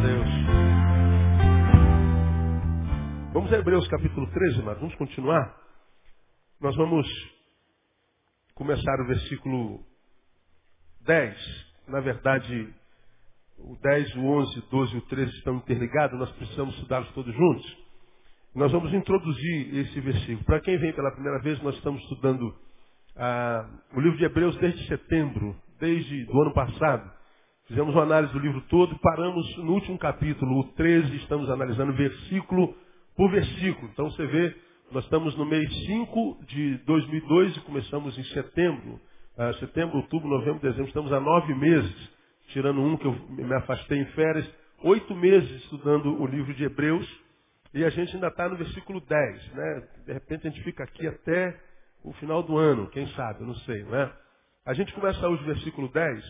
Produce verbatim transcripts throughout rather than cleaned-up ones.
Deus. Vamos a Hebreus capítulo treze, mas vamos continuar. Nós vamos começar o versículo dez. Na verdade, o dez, o onze, o doze e o treze estão interligados, nós precisamos estudá-los todos juntos. Nós vamos introduzir esse versículo. Para quem vem pela primeira vez, nós estamos estudando ah, o livro de Hebreus desde setembro, desde o ano passado. Fizemos uma análise do livro todo e paramos no último capítulo, o treze, estamos analisando versículo por versículo. Então você vê, nós estamos no mês cinco de dois mil e dois e começamos em setembro. Ah, setembro, outubro, novembro, dezembro, estamos há nove meses, tirando um que eu me afastei em férias, oito meses estudando o livro de Hebreus. E a gente ainda está no versículo dez, né? De repente a gente fica aqui até o final do ano, quem sabe, eu não sei, né? A gente começa hoje o versículo dez,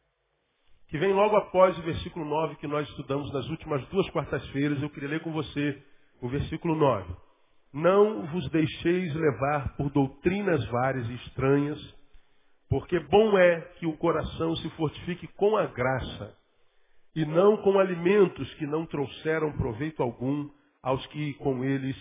que vem logo após o versículo nove que nós estudamos nas últimas duas quartas-feiras. Eu queria ler com você o versículo nove. Não vos deixeis levar por doutrinas várias e estranhas, porque bom é que o coração se fortifique com a graça, e não com alimentos que não trouxeram proveito algum aos que com eles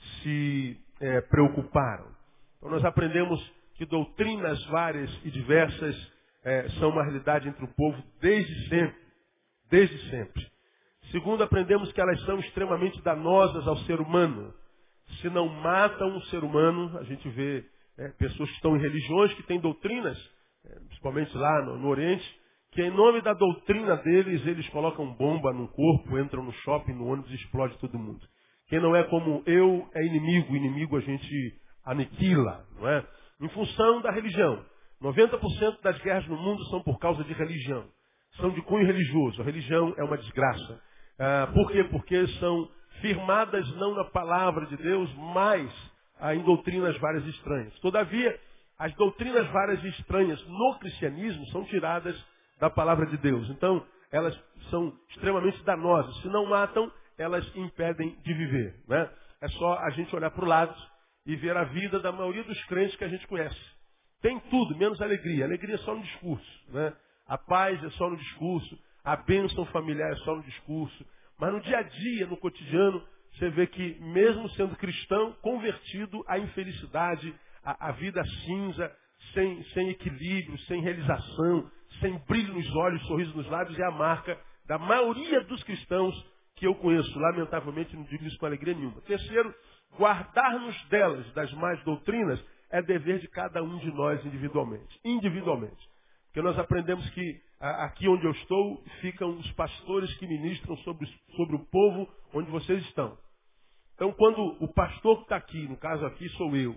se é, preocuparam. Então nós aprendemos que doutrinas várias e diversas é, são uma realidade entre o povo desde sempre. Desde sempre. Segundo, aprendemos que elas são extremamente danosas ao ser humano. Se não matam o ser humano, a gente vê é, pessoas que estão em religiões que têm doutrinas, é, principalmente lá no, no Oriente, que em nome da doutrina deles, eles colocam bomba no corpo, entram no shopping, no ônibus e explode todo mundo. Quem não é como eu é inimigo. Inimigo a gente aniquila, não é? Em função da religião. noventa por cento das guerras no mundo são por causa de religião. São de cunho religioso. A religião é uma desgraça. Ah, por quê? Porque são firmadas não na palavra de Deus, mas ah, em doutrinas várias e estranhas. Todavia, as doutrinas várias e estranhas no cristianismo são tiradas da palavra de Deus. Então, elas são extremamente danosas. Se não matam, elas impedem de viver, né? É só a gente olhar para o lado e ver a vida da maioria dos crentes que a gente conhece. Tem tudo, menos alegria. Alegria é só no discurso, né? A paz é só no discurso. A bênção familiar é só no discurso. Mas no dia a dia, no cotidiano, você vê que mesmo sendo cristão, convertido, a infelicidade, a, a vida cinza, sem, sem equilíbrio, sem realização, sem brilho nos olhos, sorriso nos lábios, é a marca da maioria dos cristãos que eu conheço. Lamentavelmente, não digo isso com alegria nenhuma. Terceiro, guardar-nos delas, das más doutrinas, é dever de cada um de nós individualmente. Individualmente. Porque nós aprendemos que a, aqui onde eu estou, ficam os pastores que ministram sobre, sobre o povo onde vocês estão. Então, quando o pastor que está aqui, no caso aqui sou eu,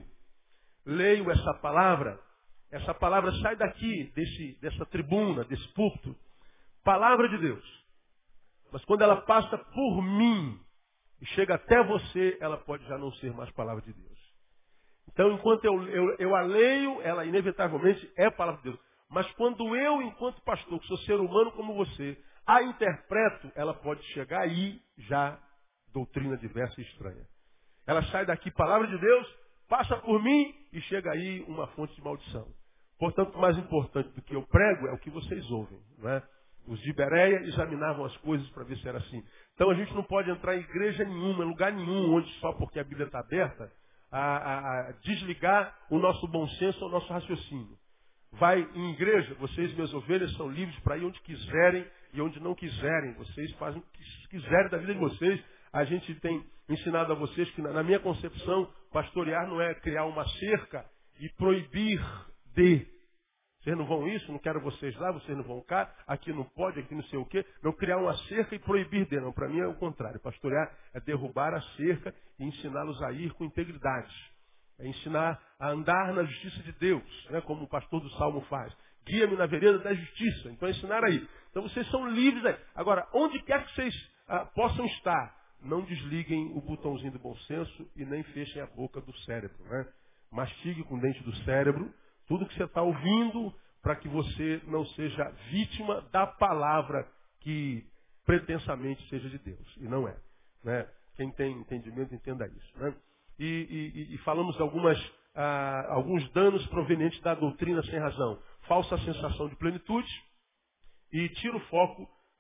leio essa palavra, essa palavra sai daqui, desse, dessa tribuna, desse púlpito, palavra de Deus. Mas quando ela passa por mim e chega até você, ela pode já não ser mais palavra de Deus. Então, enquanto eu, eu, eu a leio, ela inevitavelmente é a palavra de Deus. Mas quando eu, enquanto pastor, que sou ser humano como você, a interpreto, ela pode chegar aí já doutrina diversa e estranha. Ela sai daqui, palavra de Deus, passa por mim e chega aí uma fonte de maldição. Portanto, mais importante do que eu prego é o que vocês ouvem, não é? Os de Bereia examinavam as coisas para ver se era assim. Então a gente não pode entrar em igreja nenhuma, em lugar nenhum, onde só porque a Bíblia está aberta, a, a, a desligar o nosso bom senso, o nosso raciocínio. Vai em igreja, vocês, minhas ovelhas, são livres para ir onde quiserem e onde não quiserem. Vocês fazem o que quiserem da vida de vocês. A gente tem ensinado a vocês que, na minha concepção, pastorear não é criar uma cerca e proibir de. Vocês não vão isso, não quero vocês lá, vocês não vão cá, aqui não pode, aqui não sei o quê. Não criar uma cerca e proibir de. Não, para mim é o contrário. Pastorear é derrubar a cerca e ensiná-los a ir com integridade. É ensinar a andar na justiça de Deus, né, como o pastor do Salmo faz. Guia-me na vereda da justiça. Então é ensinar aí. Então vocês são livres aí. Agora, onde quer que vocês ah, possam estar, não desliguem o botãozinho do bom senso e nem fechem a boca do cérebro, né? Mastigue com o dente do cérebro tudo que você está ouvindo, para que você não seja vítima da palavra que pretensamente seja de Deus. E não é, né? Quem tem entendimento, entenda isso, né? E, e, e falamos de algumas, ah, alguns danos provenientes da doutrina sem razão. Falsa sensação de plenitude e tira o foco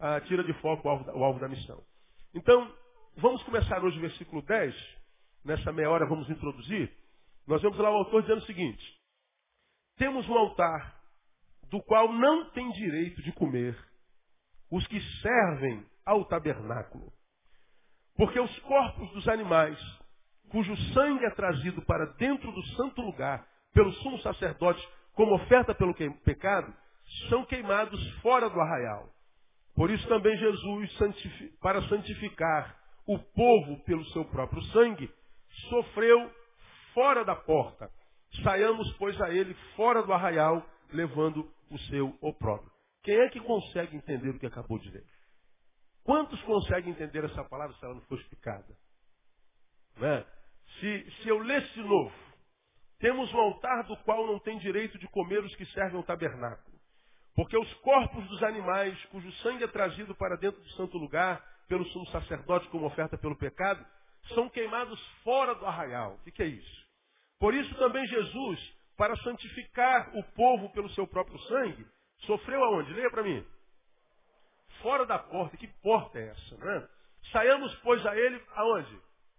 ah, tira de foco o alvo, da, o alvo da missão. Então, vamos começar hoje o versículo dez. Nessa meia hora vamos introduzir. Nós vemos lá o autor dizendo o seguinte. Temos um altar do qual não tem direito de comer os que servem ao tabernáculo. Porque os corpos dos animais, cujo sangue é trazido para dentro do santo lugar pelo sumo sacerdote como oferta pelo pecado, são queimados fora do arraial. Por isso também Jesus, para santificar o povo pelo seu próprio sangue, sofreu fora da porta. Saiamos, pois, a ele fora do arraial, levando o seu opróbrio. Quem é que consegue entender o que acabou de ler? Quantos conseguem entender essa palavra se ela não for explicada? Não é? Se, se eu lesse de novo, temos um altar do qual não tem direito de comer os que servem ao tabernáculo. Porque os corpos dos animais, cujo sangue é trazido para dentro do santo lugar, pelo sumo sacerdote como oferta pelo pecado, são queimados fora do arraial. O que, que é isso? Por isso também Jesus, para santificar o povo pelo seu próprio sangue, sofreu aonde? Leia para mim. Fora da porta. Que porta é essa? Né? Saiamos, pois, a ele aonde?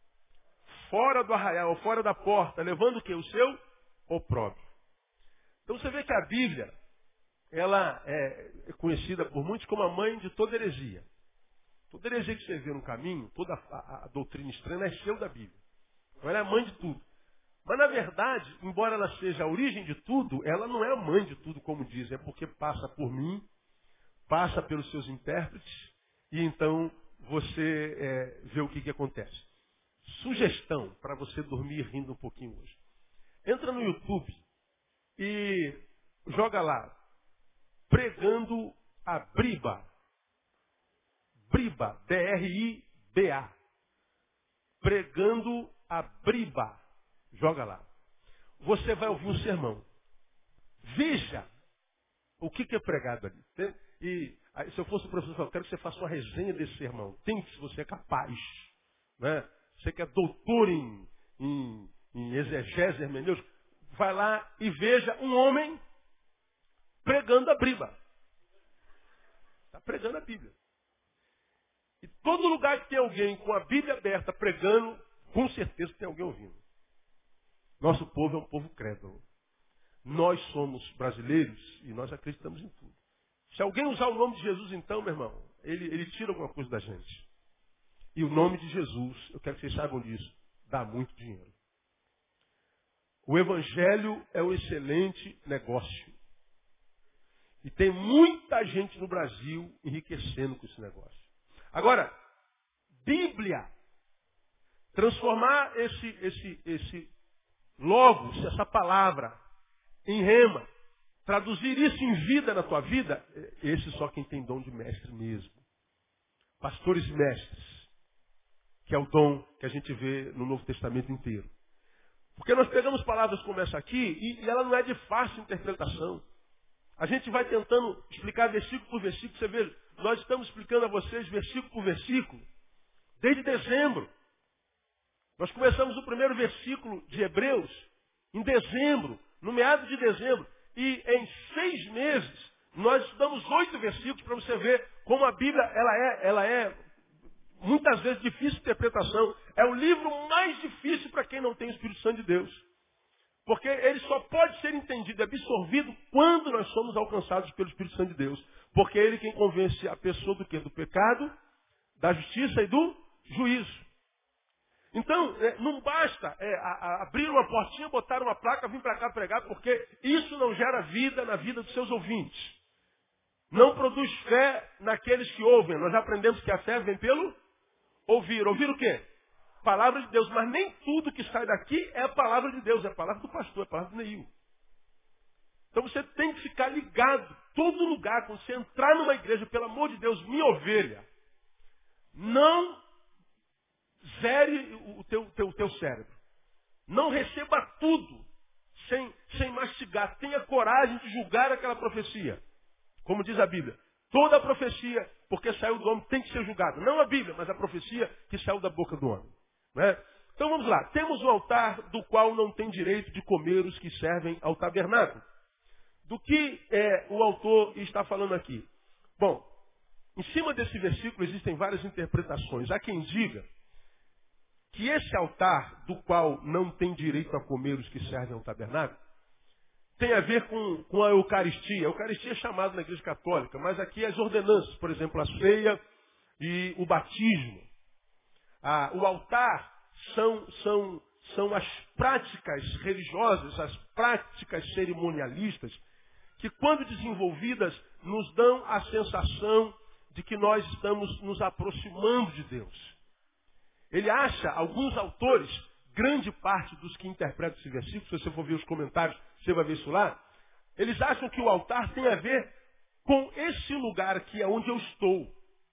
Fora do arraial, fora da porta, levando o quê? O seu opróbrio. Então você vê que a Bíblia, ela é conhecida por muitos como a mãe de toda heresia. Toda heresia que você vê no caminho, toda a, a, a doutrina estranha, nasceu da Bíblia. Então ela é a mãe de tudo. Mas na verdade, embora ela seja a origem de tudo, ela não é a mãe de tudo, como dizem. É porque passa por mim, passa pelos seus intérpretes, e então você é, vê o que, que acontece. Sugestão para você dormir rindo um pouquinho hoje. Entra no YouTube e joga lá, pregando a briba. Briba, B R I B A. Pregando a briba. Joga lá. Você vai ouvir um sermão. Veja o que, que é pregado ali. E aí, se eu fosse o professor, eu quero que você faça uma resenha desse sermão. Tente, se você é capaz. Né? Você que é doutor em, em, em exegese hermenêutica, vai lá e veja um homem pregando a briba. Está pregando a Bíblia. E todo lugar que tem alguém com a Bíblia aberta pregando, com certeza tem alguém ouvindo. Nosso povo é um povo crédulo. Nós somos brasileiros e nós acreditamos em tudo. Se alguém usar o nome de Jesus, então, meu irmão, ele, ele tira alguma coisa da gente. E o nome de Jesus, eu quero que vocês saibam disso, dá muito dinheiro. O Evangelho é um excelente negócio. E tem muita gente no Brasil enriquecendo com esse negócio. Agora, Bíblia, transformar esse, esse, esse logos, essa palavra, em rema, traduzir isso em vida na tua vida, esse só quem tem dom de mestre mesmo. Pastores e mestres, que é o dom que a gente vê no Novo Testamento inteiro. Porque nós pegamos palavras como essa aqui e, e ela não é de fácil interpretação. A gente vai tentando explicar versículo por versículo. Você vê, nós estamos explicando a vocês versículo por versículo desde dezembro. Nós começamos o primeiro versículo de Hebreus em dezembro, no meado de dezembro. E em seis meses nós estudamos oito versículos para você ver como a Bíblia ela é, ela é muitas vezes difícil de interpretação. É o livro mais difícil para quem não tem o Espírito Santo de Deus. Porque ele só pode ser entendido e absorvido quando nós somos alcançados pelo Espírito Santo de Deus. Porque é ele quem convence a pessoa do quê? Do pecado, da justiça e do juízo. Então, é, não basta é, a, a abrir uma portinha, botar uma placa, vir para cá pregar, porque isso não gera vida na vida dos seus ouvintes. Não produz fé naqueles que ouvem. Nós já aprendemos que a fé vem pelo ouvir. Ouvir o quê? Palavra de Deus. Mas nem tudo que sai daqui é a palavra de Deus. É a palavra do pastor, é a palavra do Neil. Então você tem que ficar ligado. Todo lugar, quando você entrar numa igreja, pelo amor de Deus, minha ovelha, não zere o teu, teu, teu cérebro. Não receba tudo sem, sem mastigar. Tenha coragem de julgar aquela profecia. Como diz a Bíblia. Toda a profecia, porque saiu do homem, tem que ser julgada. Não a Bíblia, mas a profecia que saiu da boca do homem. Né? Então vamos lá. Temos um altar do qual não tem direito de comer os que servem ao tabernáculo. Do que é, o autor está falando aqui? Bom, Em cima desse versículo existem várias interpretações. Há quem diga que esse altar, do qual não tem direito a comer os que servem ao tabernáculo, tem a ver com, com a Eucaristia. A Eucaristia é chamada na Igreja Católica, mas aqui as ordenanças, por exemplo, a ceia e o batismo. Ah, o altar são, são, são as práticas religiosas, as práticas cerimonialistas, que quando desenvolvidas nos dão a sensação de que nós estamos nos aproximando de Deus. Ele acha, alguns autores, grande parte dos que interpretam esse versículo, se você for ver os comentários, você vai ver isso lá, eles acham que o altar tem a ver com esse lugar aqui, onde eu estou.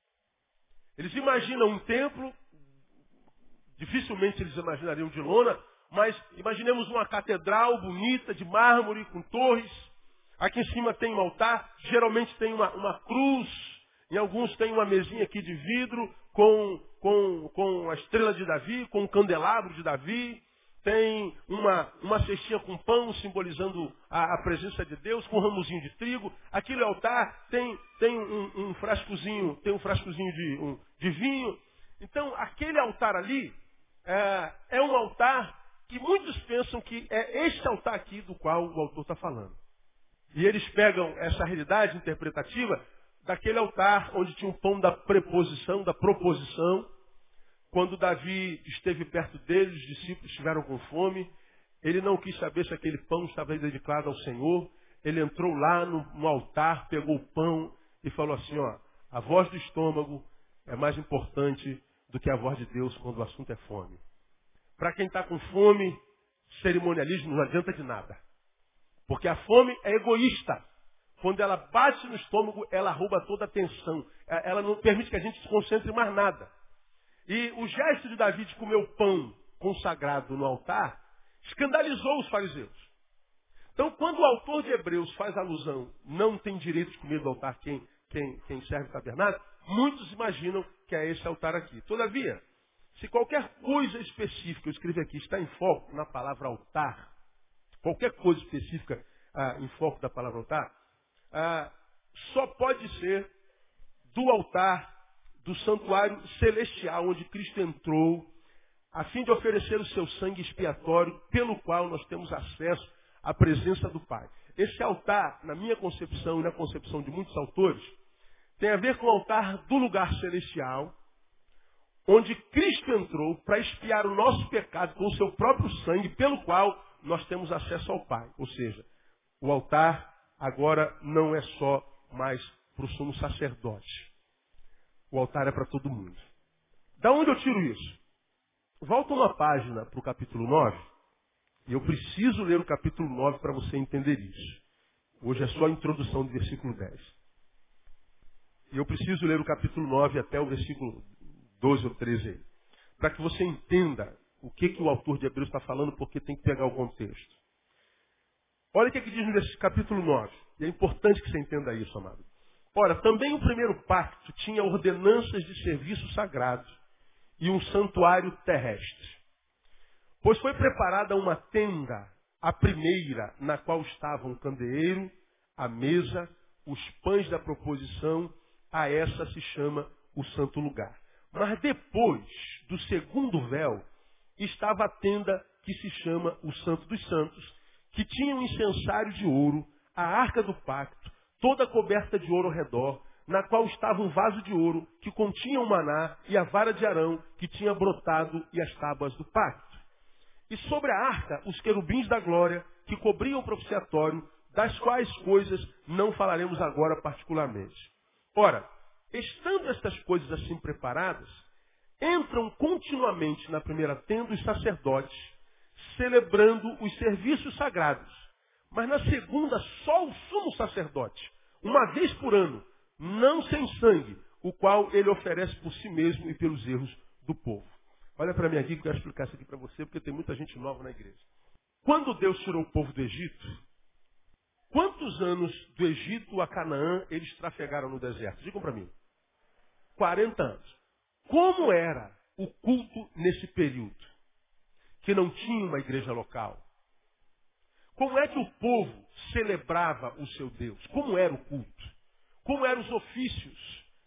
Eles imaginam um templo, dificilmente eles imaginariam de lona, mas imaginemos uma catedral bonita, de mármore, com torres. Aqui em cima tem um altar, geralmente tem uma, uma cruz. Em alguns tem uma mesinha aqui de vidro com, com, com a estrela de Davi, com o candelabro de Davi. Tem uma, uma cestinha com pão simbolizando a, a presença de Deus, com um ramozinho de trigo. Aquele altar tem, tem um, um frascozinho, tem um frascozinho de, um, de vinho. Então, aquele altar ali é, é um altar que muitos pensam que é este altar aqui do qual o autor está falando. E eles pegam essa realidade interpretativa daquele altar onde tinha um pão da preposição, da proposição. Quando Davi esteve perto deles, os discípulos estiveram com fome. Ele não quis saber se aquele pão estava dedicado ao Senhor. Ele entrou lá no, no altar, pegou o pão e falou assim, ó, a voz do estômago é mais importante do que a voz de Deus quando o assunto é fome. Para quem está com fome, cerimonialismo não adianta de nada. Porque a fome é egoísta. Quando ela bate no estômago, ela rouba toda a atenção. Ela não permite que a gente se concentre mais nada. E o gesto de Davi de comer o pão consagrado no altar escandalizou os fariseus. Então, quando o autor de Hebreus faz alusão, não tem direito de comer do altar quem, quem, quem serve o tabernáculo, muitos imaginam que é esse altar aqui. Todavia, se qualquer coisa específica, eu escrevi aqui, está em foco na palavra altar, qualquer coisa específica ah, em foco da palavra altar, ah, só pode ser do altar do santuário celestial, onde Cristo entrou, a fim de oferecer o seu sangue expiatório, pelo qual nós temos acesso à presença do Pai. Esse altar, na minha concepção e na concepção de muitos autores, tem a ver com o altar do lugar celestial, onde Cristo entrou para expiar o nosso pecado com o seu próprio sangue, pelo qual nós temos acesso ao Pai. Ou seja, o altar agora não é só mais para o sumo sacerdote. O altar é para todo mundo. Da onde eu tiro isso? Volta uma página para o capítulo nove. E eu preciso ler o capítulo nove para você entender isso. Hoje é só a introdução do versículo dez. E eu preciso ler o capítulo nove até o versículo doze ou treze. Para que você entenda o que, que o autor de Hebreus está falando, porque tem que pegar o contexto. Olha o que, que diz no capítulo nove. E é importante que você entenda isso, amado. Ora, também o primeiro pacto tinha ordenanças de serviço sagrado e um santuário terrestre. Pois foi preparada uma tenda, a primeira, na qual estavam o candeeiro, a mesa, os pães da proposição, a essa se chama o santo lugar. Mas depois do segundo véu, estava a tenda que se chama o Santo dos Santos, que tinha um incensário de ouro, a arca do pacto, toda coberta de ouro ao redor, na qual estava um vaso de ouro que continha o maná e a vara de Arão que tinha brotado e as tábuas do pacto. E sobre a arca, os querubins da glória que cobriam o propiciatório, das quais coisas não falaremos agora particularmente. Ora, estando estas coisas assim preparadas, entram continuamente na primeira tenda os sacerdotes, celebrando os serviços sagrados. Mas na segunda, só o sumo sacerdote, uma vez por ano, não sem sangue, o qual ele oferece por si mesmo e pelos erros do povo. Olha para mim aqui que eu quero explicar isso aqui para você, porque tem muita gente nova na igreja. Quando Deus tirou o povo do Egito, quantos anos do Egito a Canaã eles trafegaram no deserto? Digam para mim. quarenta anos. Como era o culto nesse período? Que não tinha uma igreja local. Como é que o povo celebrava o seu Deus? Como era o culto? Como eram os ofícios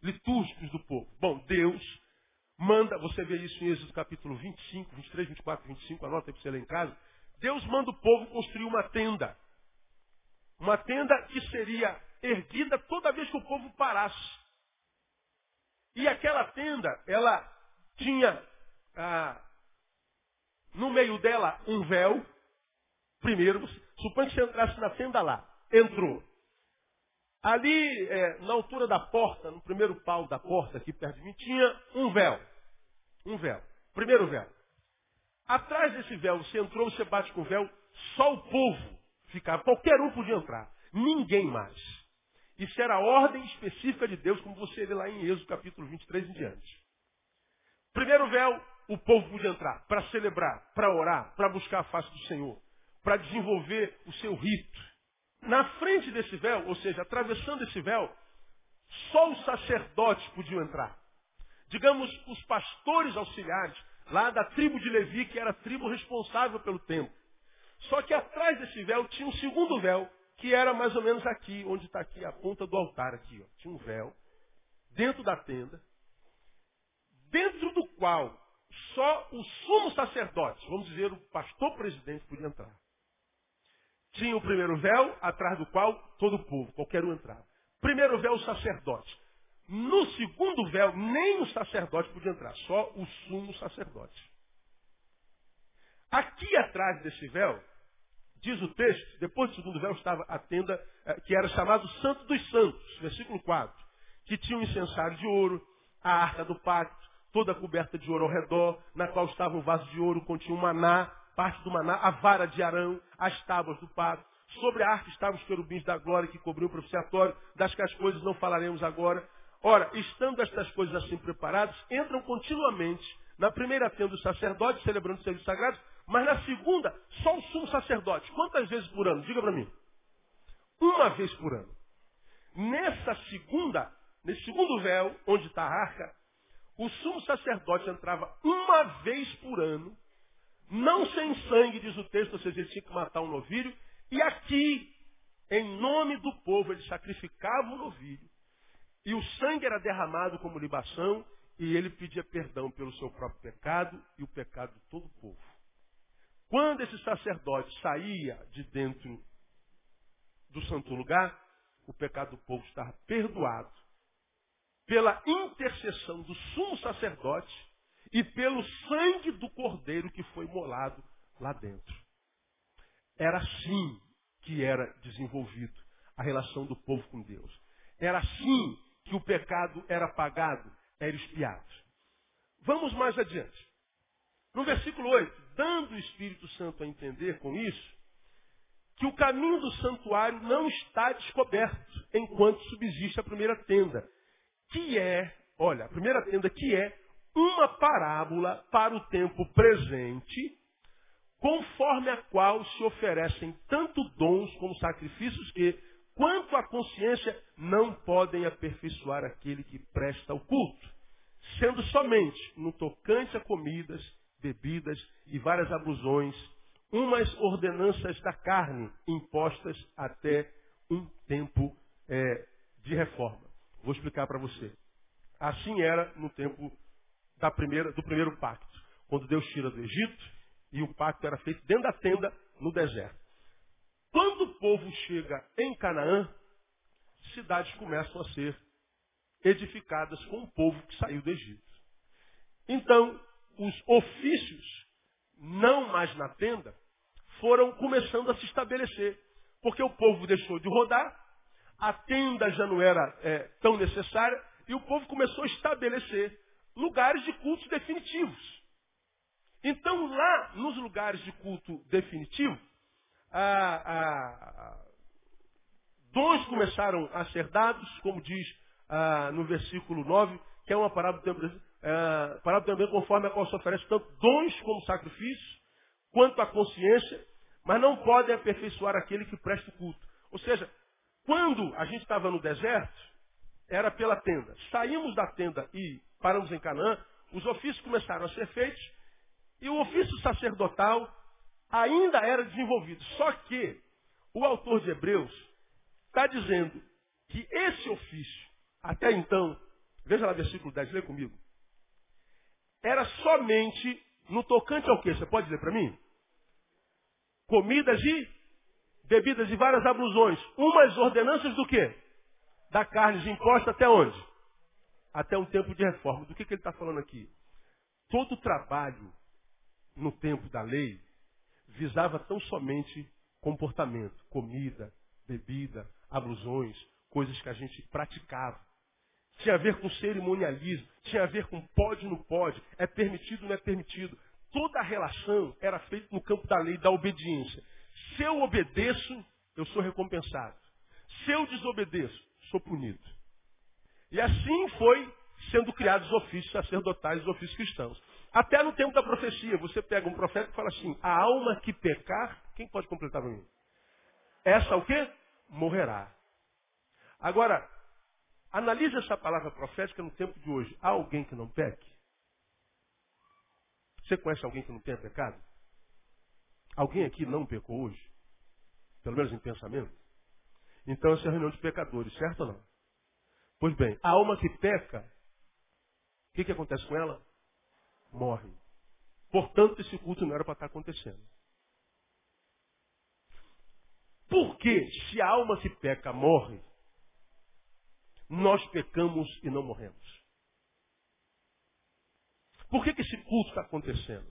litúrgicos do povo. Bom, Deus manda, você vê isso em Êxodo capítulo vinte e cinco, vinte e três, vinte e quatro, vinte e cinco, anota aí para você ler em casa. Deus manda o povo construir uma tenda. Uma tenda que seria erguida toda vez que o povo parasse. E aquela tenda, ela tinha ah, no meio dela um véu. Primeiro, suponha que você entrasse na tenda lá. Entrou. Ali, é, na altura da porta, no primeiro pau da porta, aqui perto de mim, tinha um véu. Um véu. Primeiro véu. Atrás desse véu, você entrou, você bate com o véu, só o povo ficava. Qualquer um podia entrar. Ninguém mais. Isso era a ordem específica de Deus, como você vê lá em Êxodo capítulo vinte e três em diante. Primeiro véu, o povo podia entrar para celebrar, para orar, para buscar a face do Senhor, para desenvolver o seu rito. Na frente desse véu, ou seja, atravessando esse véu, só os sacerdotes podiam entrar. Digamos, os pastores auxiliares, lá da tribo de Levi, que era a tribo responsável pelo templo. Só que atrás desse véu tinha um segundo véu, que era mais ou menos aqui, onde está aqui a ponta do altar. Aqui, ó. Tinha um véu, dentro da tenda, dentro do qual só o sumo sacerdote, vamos dizer, o pastor presidente, podia entrar. Tinha o primeiro véu, atrás do qual todo o povo, qualquer um entrava. Primeiro véu, o sacerdote. No segundo véu, nem o sacerdote podia entrar, só o sumo sacerdote. Aqui atrás desse véu, diz o texto, depois do segundo véu estava a tenda que era chamado Santo dos Santos, versículo quatro, que tinha um incensário de ouro, a arca do pacto, toda coberta de ouro ao redor, na qual estava um vaso de ouro, continha um maná, parte do maná, a vara de Arão, as tábuas do pacto. Sobre a arca estavam os querubins da glória que cobriam o propiciatório, das que as coisas não falaremos agora. Ora, estando estas coisas assim preparadas, entram continuamente na primeira tenda os sacerdotes, celebrando os serviços sagrados, mas na segunda, só o sumo sacerdote. Quantas vezes por ano? Diga para mim. Uma vez por ano. Nessa segunda, nesse segundo véu, onde está a arca, o sumo sacerdote entrava uma vez por ano, não sem sangue, diz o texto, ou seja, ele tinha que matar um novilho, e aqui, em nome do povo, ele sacrificava o novilho, e o sangue era derramado como libação, e ele pedia perdão pelo seu próprio pecado e o pecado de todo o povo. Quando esse sacerdote saía de dentro do santo lugar, o pecado do povo estava perdoado pela intercessão do sumo sacerdote e pelo sangue do cordeiro que foi molado lá dentro. Era assim que era desenvolvido a relação do povo com Deus. Era assim que o pecado era pagado, era expiado. Vamos mais adiante. No versículo oito, dando o Espírito Santo a entender com isso, que o caminho do santuário não está descoberto enquanto subsiste a primeira tenda, que é, olha, a primeira tenda que é uma parábola para o tempo presente, conforme a qual se oferecem tanto dons como sacrifícios que, quanto à consciência, não podem aperfeiçoar aquele que presta o culto, sendo somente no tocante a comidas, bebidas e várias ablusões, umas ordenanças da carne impostas até um tempo é, de reforma. Vou explicar para você. Assim era no tempo da primeira, do primeiro pacto, quando Deus tira do Egito e o pacto era feito dentro da tenda no deserto. Quando o povo chega em Canaã, cidades começam a ser edificadas com o povo que saiu do Egito. Então, os ofícios, não mais na tenda, foram começando a se estabelecer. Porque o povo deixou de rodar, a tenda já não era é, tão necessária, e o povo começou a estabelecer lugares de cultos definitivos. Então, lá nos lugares de culto definitivo, a, a, a, dons começaram a ser dados, como diz a, no versículo nove, que é uma parábola do tempo, a, parábola também conforme a qual se oferece tanto dons como sacrifícios, quanto a consciência, mas não podem aperfeiçoar aquele que presta o culto. Ou seja, quando a gente estava no deserto, era pela tenda. Saímos da tenda e paramos em Canaã, os ofícios começaram a ser feitos, e o ofício sacerdotal ainda era desenvolvido. Só que o autor de Hebreus está dizendo que esse ofício, até então, Veja lá, versículo dez, lê comigo. Era somente no tocante ao quê? Você pode dizer para mim? Comidas e bebidas e várias ablusões. Umas ordenanças do quê? Da carne imposta até onde? Até um tempo de reforma. Do que, que ele está falando aqui? Todo o trabalho no tempo da lei visava tão somente comportamento, comida, bebida, ablusões, coisas que a gente praticava. Tinha a ver com cerimonialismo, tinha a ver com pode ou não pode, é permitido ou não é permitido. Toda a relação era feita no campo da lei, da obediência. Se eu obedeço, eu sou recompensado. Se eu desobedeço, sou punido. E assim foi sendo criados os ofícios sacerdotais e os ofícios cristãos. Até no tempo da profecia, você pega um profeta e fala assim, a alma que pecar, quem pode completar para mim? Essa o quê? Morrerá. Agora, analise essa palavra profética no tempo de hoje. Há alguém que não peque? Você conhece alguém que não tenha pecado? Alguém aqui não pecou hoje? Pelo menos em pensamento? Então essa é a reunião de pecadores, certo ou não? Pois bem, a alma que peca, o que, que acontece com ela? Morre. Portanto, esse culto não era para estar acontecendo. Por que, se a alma que peca morre, nós pecamos e não morremos? Por que, que esse culto está acontecendo?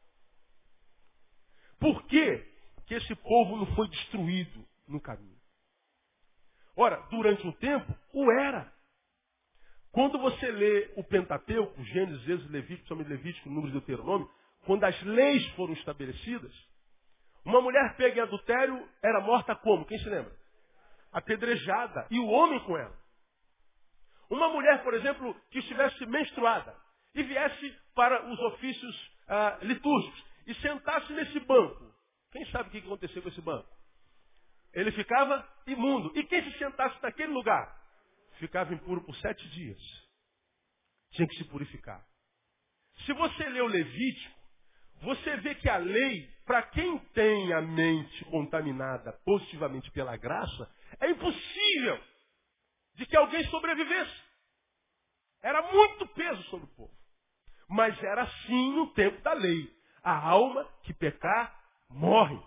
Por que, que esse povo não foi destruído no caminho? Ora, durante um tempo, o era. Quando você lê o Pentateuco, Gênesis, Êxodo, Levítico, principalmente Levítico, Números e Deuteronômio, quando as leis foram estabelecidas, uma mulher pega em adultério era morta como? Quem se lembra? Apedrejada. E o homem com ela. Uma mulher, por exemplo, que estivesse menstruada e viesse para os ofícios ah, litúrgicos e sentasse nesse banco. Quem sabe o que aconteceu com esse banco? Ele ficava imundo. E quem se sentasse naquele lugar? Ficava impuro por sete dias. Tinha que se purificar. Se você lê o Levítico, você vê que a lei, para quem tem a mente contaminada positivamente pela graça, é impossível de que alguém sobrevivesse. Era muito peso sobre o povo. Mas era assim no tempo da lei. A alma que pecar, morre.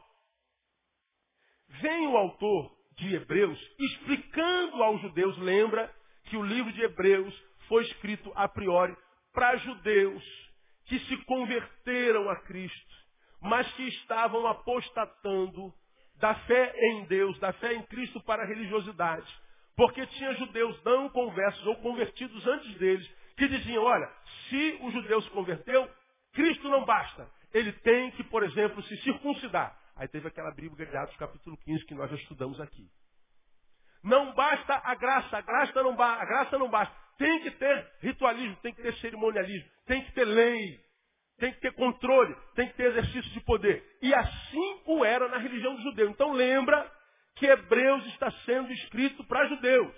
Vem o autor de Hebreus explicando aos judeus, lembra que o livro de Hebreus foi escrito a priori para judeus que se converteram a Cristo, mas que estavam apostatando da fé em Deus, da fé em Cristo para a religiosidade. Porque tinha judeus não conversos ou convertidos antes deles, que diziam, olha, se o judeu se converteu, Cristo não basta. Ele tem que, por exemplo, se circuncidar. Aí teve aquela briga de Atos capítulo quinze que nós já estudamos aqui. Não basta a graça, a graça não, ba- a graça não basta. Tem que ter ritualismo, tem que ter cerimonialismo, tem que ter lei, tem que ter controle, tem que ter exercício de poder. E assim o era na religião do judeu. Então lembra que Hebreus está sendo escrito para judeus.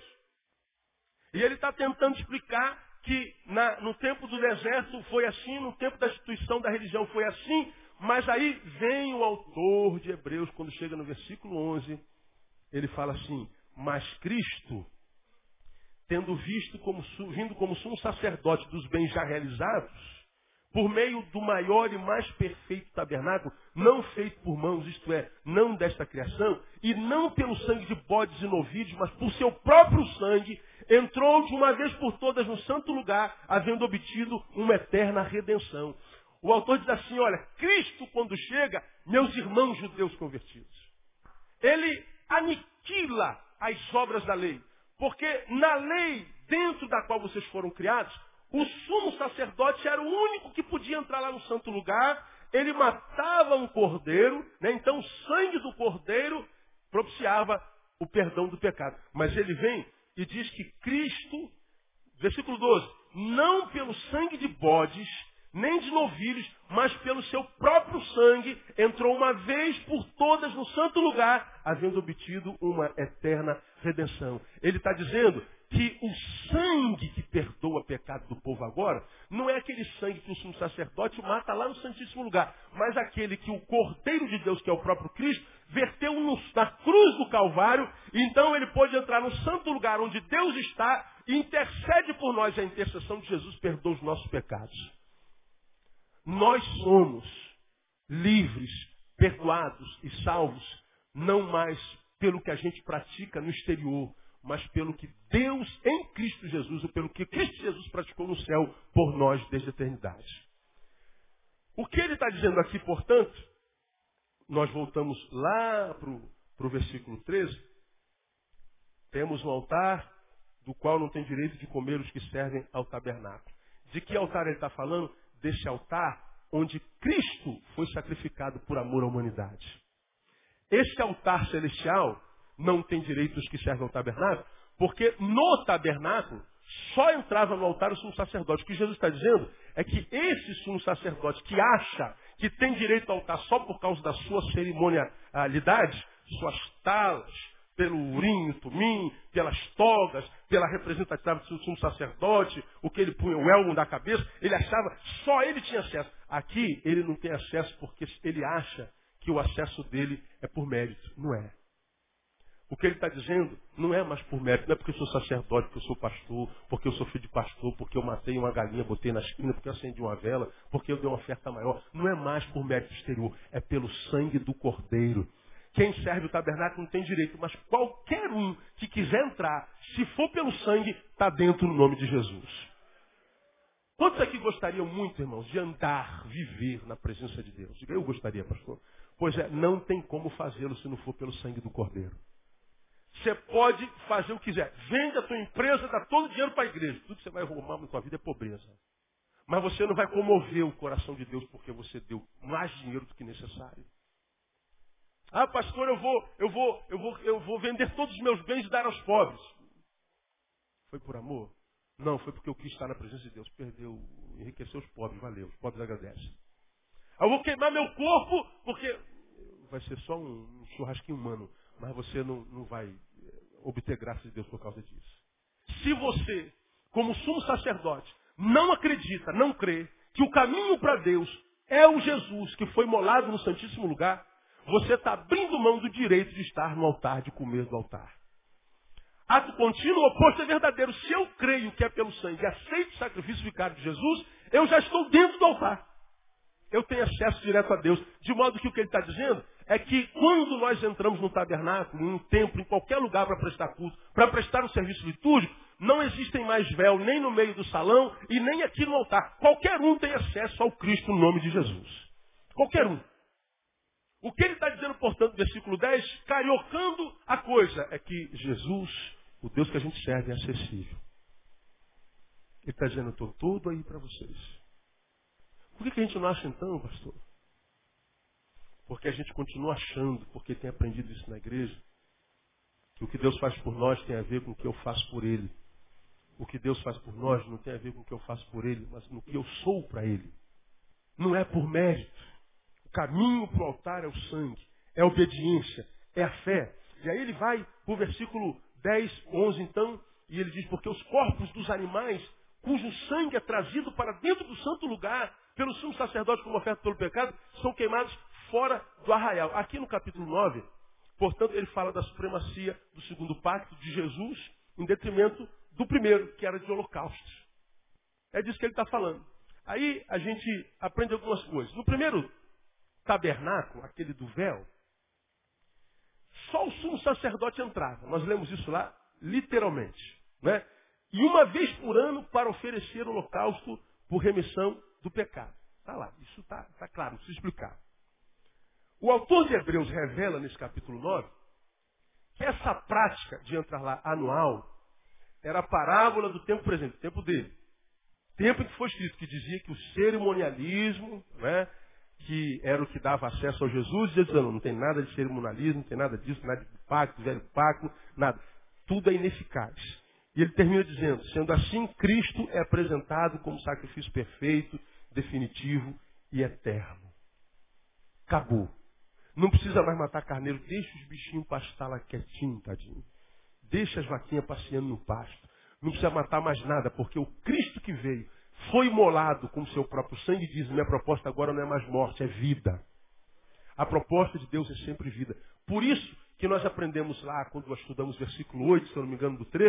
E ele está tentando explicar que na, no tempo do deserto foi assim, no tempo da instituição da religião foi assim, mas aí vem o autor de Hebreus, quando chega no versículo onze, ele fala assim, mas Cristo, tendo visto como, vindo como sumo sacerdote dos bens já realizados, por meio do maior e mais perfeito tabernáculo, não feito por mãos, isto é, não desta criação, e não pelo sangue de bodes e novilhos, mas por seu próprio sangue, entrou de uma vez por todas no santo lugar, havendo obtido uma eterna redenção. O autor diz assim, olha, Cristo quando chega, meus irmãos judeus convertidos, ele aniquila as obras da lei. Porque na lei, dentro da qual vocês foram criados, o sumo sacerdote era o único que podia entrar lá no santo lugar. Ele matava um cordeiro, né? Então o sangue do cordeiro propiciava o perdão do pecado. Mas ele vem e diz que Cristo, versículo doze, não pelo sangue de bodes, nem de novilhos, mas pelo seu próprio sangue, entrou uma vez por todas no santo lugar, havendo obtido uma eterna redenção. Ele está dizendo que o sangue que perdoa o pecado do povo agora, não é aquele sangue que o sumo sacerdote mata lá no Santíssimo Lugar, mas aquele que o Cordeiro de Deus, que é o próprio Cristo, verteu no, na cruz do Calvário, e então ele pôde entrar no santo lugar onde Deus está, intercede por nós. A intercessão de Jesus perdoa os nossos pecados. Nós somos livres, perdoados e salvos, não mais pelo que a gente pratica no exterior, mas pelo que Deus em Cristo Jesus, ou pelo que Cristo Jesus praticou no céu por nós desde a eternidade. O que ele está dizendo aqui, portanto, nós voltamos lá para o versículo treze, temos um altar do qual não tem direito de comer os que servem ao tabernáculo. De que altar ele está falando? Desse altar onde Cristo foi sacrificado por amor à humanidade. Esse altar celestial não tem direito os que servem ao tabernáculo, porque no tabernáculo só entrava no altar o sumo sacerdote. O que Jesus está dizendo é que esse sumo sacerdote que acha que tem direito ao altar só por causa da sua cerimonialidade, suas talas, pelo urim, tumim, pelas togas, pela representatividade do sumo sacerdote, o que ele punha, o elmo da cabeça, ele achava, só ele tinha acesso. Aqui ele não tem acesso porque ele acha que o acesso dele é por mérito. Não é. O que ele está dizendo não é mais por mérito, não é porque eu sou sacerdote, porque eu sou pastor, porque eu sou filho de pastor, porque eu matei uma galinha, botei na esquina, porque eu acendi uma vela, porque eu dei uma oferta maior. Não é mais por mérito exterior, é pelo sangue do Cordeiro. Quem serve o tabernáculo não tem direito, mas qualquer um que quiser entrar, se for pelo sangue, está dentro no nome de Jesus. Quantos aqui gostariam muito, irmãos, de andar, viver na presença de Deus? Diga, eu gostaria, pastor. Pois é, não tem como fazê-lo se não for pelo sangue do Cordeiro. Você pode fazer o que quiser. Vende a tua empresa, dá todo o dinheiro para a igreja. Tudo que você vai arrumar na tua vida é pobreza. Mas você não vai comover o coração de Deus porque você deu mais dinheiro do que necessário. Ah, pastor, eu vou, eu vou, eu vou, eu vou vender todos os meus bens e dar aos pobres. Foi por amor? Não, foi porque eu quis estar na presença de Deus. Perdeu, enriqueceu os pobres, valeu. Os pobres agradecem. Eu vou queimar meu corpo porque vai ser só um churrasquinho humano, mas você não, não vai obter graça de Deus por causa disso. Se você, como sumo sacerdote, não acredita, não crê que o caminho para Deus é o Jesus que foi molado no Santíssimo Lugar, você está abrindo mão do direito de estar no altar, de comer do altar. Ato contínuo, o oposto é verdadeiro. Se eu creio que é pelo sangue e aceito o sacrifício vicário de Jesus, eu já estou dentro do altar. Eu tenho acesso direto a Deus. De modo que o que ele está dizendo é que quando nós entramos no tabernáculo, em um templo, em qualquer lugar para prestar culto, para prestar um serviço litúrgico, não existem mais véu nem no meio do salão e nem aqui no altar. Qualquer um tem acesso ao Cristo no nome de Jesus. Qualquer um. O que ele está dizendo, portanto, no versículo dez, cariocando a coisa, é que Jesus, o Deus que a gente serve, é acessível. Ele está dizendo, eu estou todo aí para vocês. Por que, que a gente não acha então, pastor? Porque a gente continua achando, porque tem aprendido isso na igreja, que o que Deus faz por nós tem a ver com o que eu faço por Ele. O que Deus faz por nós não tem a ver com o que eu faço por Ele, mas no que eu sou para Ele. Não é por mérito. O caminho para o altar é o sangue, é a obediência, é a fé. E aí ele vai para o versículo dez, onze então, e ele diz, porque os corpos dos animais, cujo sangue é trazido para dentro do santo lugar, pelo sumo sacerdote como oferta pelo pecado, são queimados fora do arraial. Aqui no capítulo nove, portanto, ele fala da supremacia do segundo pacto de Jesus, em detrimento do primeiro, que era de holocaustos. É disso que ele está falando. Aí a gente aprende algumas coisas. No primeiro tabernáculo, aquele do véu, só o sumo sacerdote entrava. Nós lemos isso lá, literalmente. Né? E uma vez por ano para oferecer holocausto por remissão do pecado. Está lá, isso está tá claro, não precisa explicar. O autor de Hebreus revela nesse capítulo nove que essa prática de entrar lá anual era a parábola do tempo presente, o tempo dele. Tempo em que foi escrito, que dizia que o cerimonialismo, né, que era o que dava acesso ao Jesus, e dizendo, não tem nada de cerimonialismo, não tem nada disso, nada de pacto, velho pacto, nada. Tudo é ineficaz. E ele termina dizendo, sendo assim, Cristo é apresentado como sacrifício perfeito, definitivo e eterno. Acabou. Não precisa mais matar carneiro, deixa os bichinhos pastar lá quietinho, tadinho. Deixa as vaquinhas passeando no pasto. Não precisa matar mais nada, porque o Cristo que veio foi imolado com o seu próprio sangue e diz, minha proposta agora não é mais morte, é vida. A proposta de Deus é sempre vida. Por isso que nós aprendemos lá, quando nós estudamos versículo oito, se eu não me engano, do treze,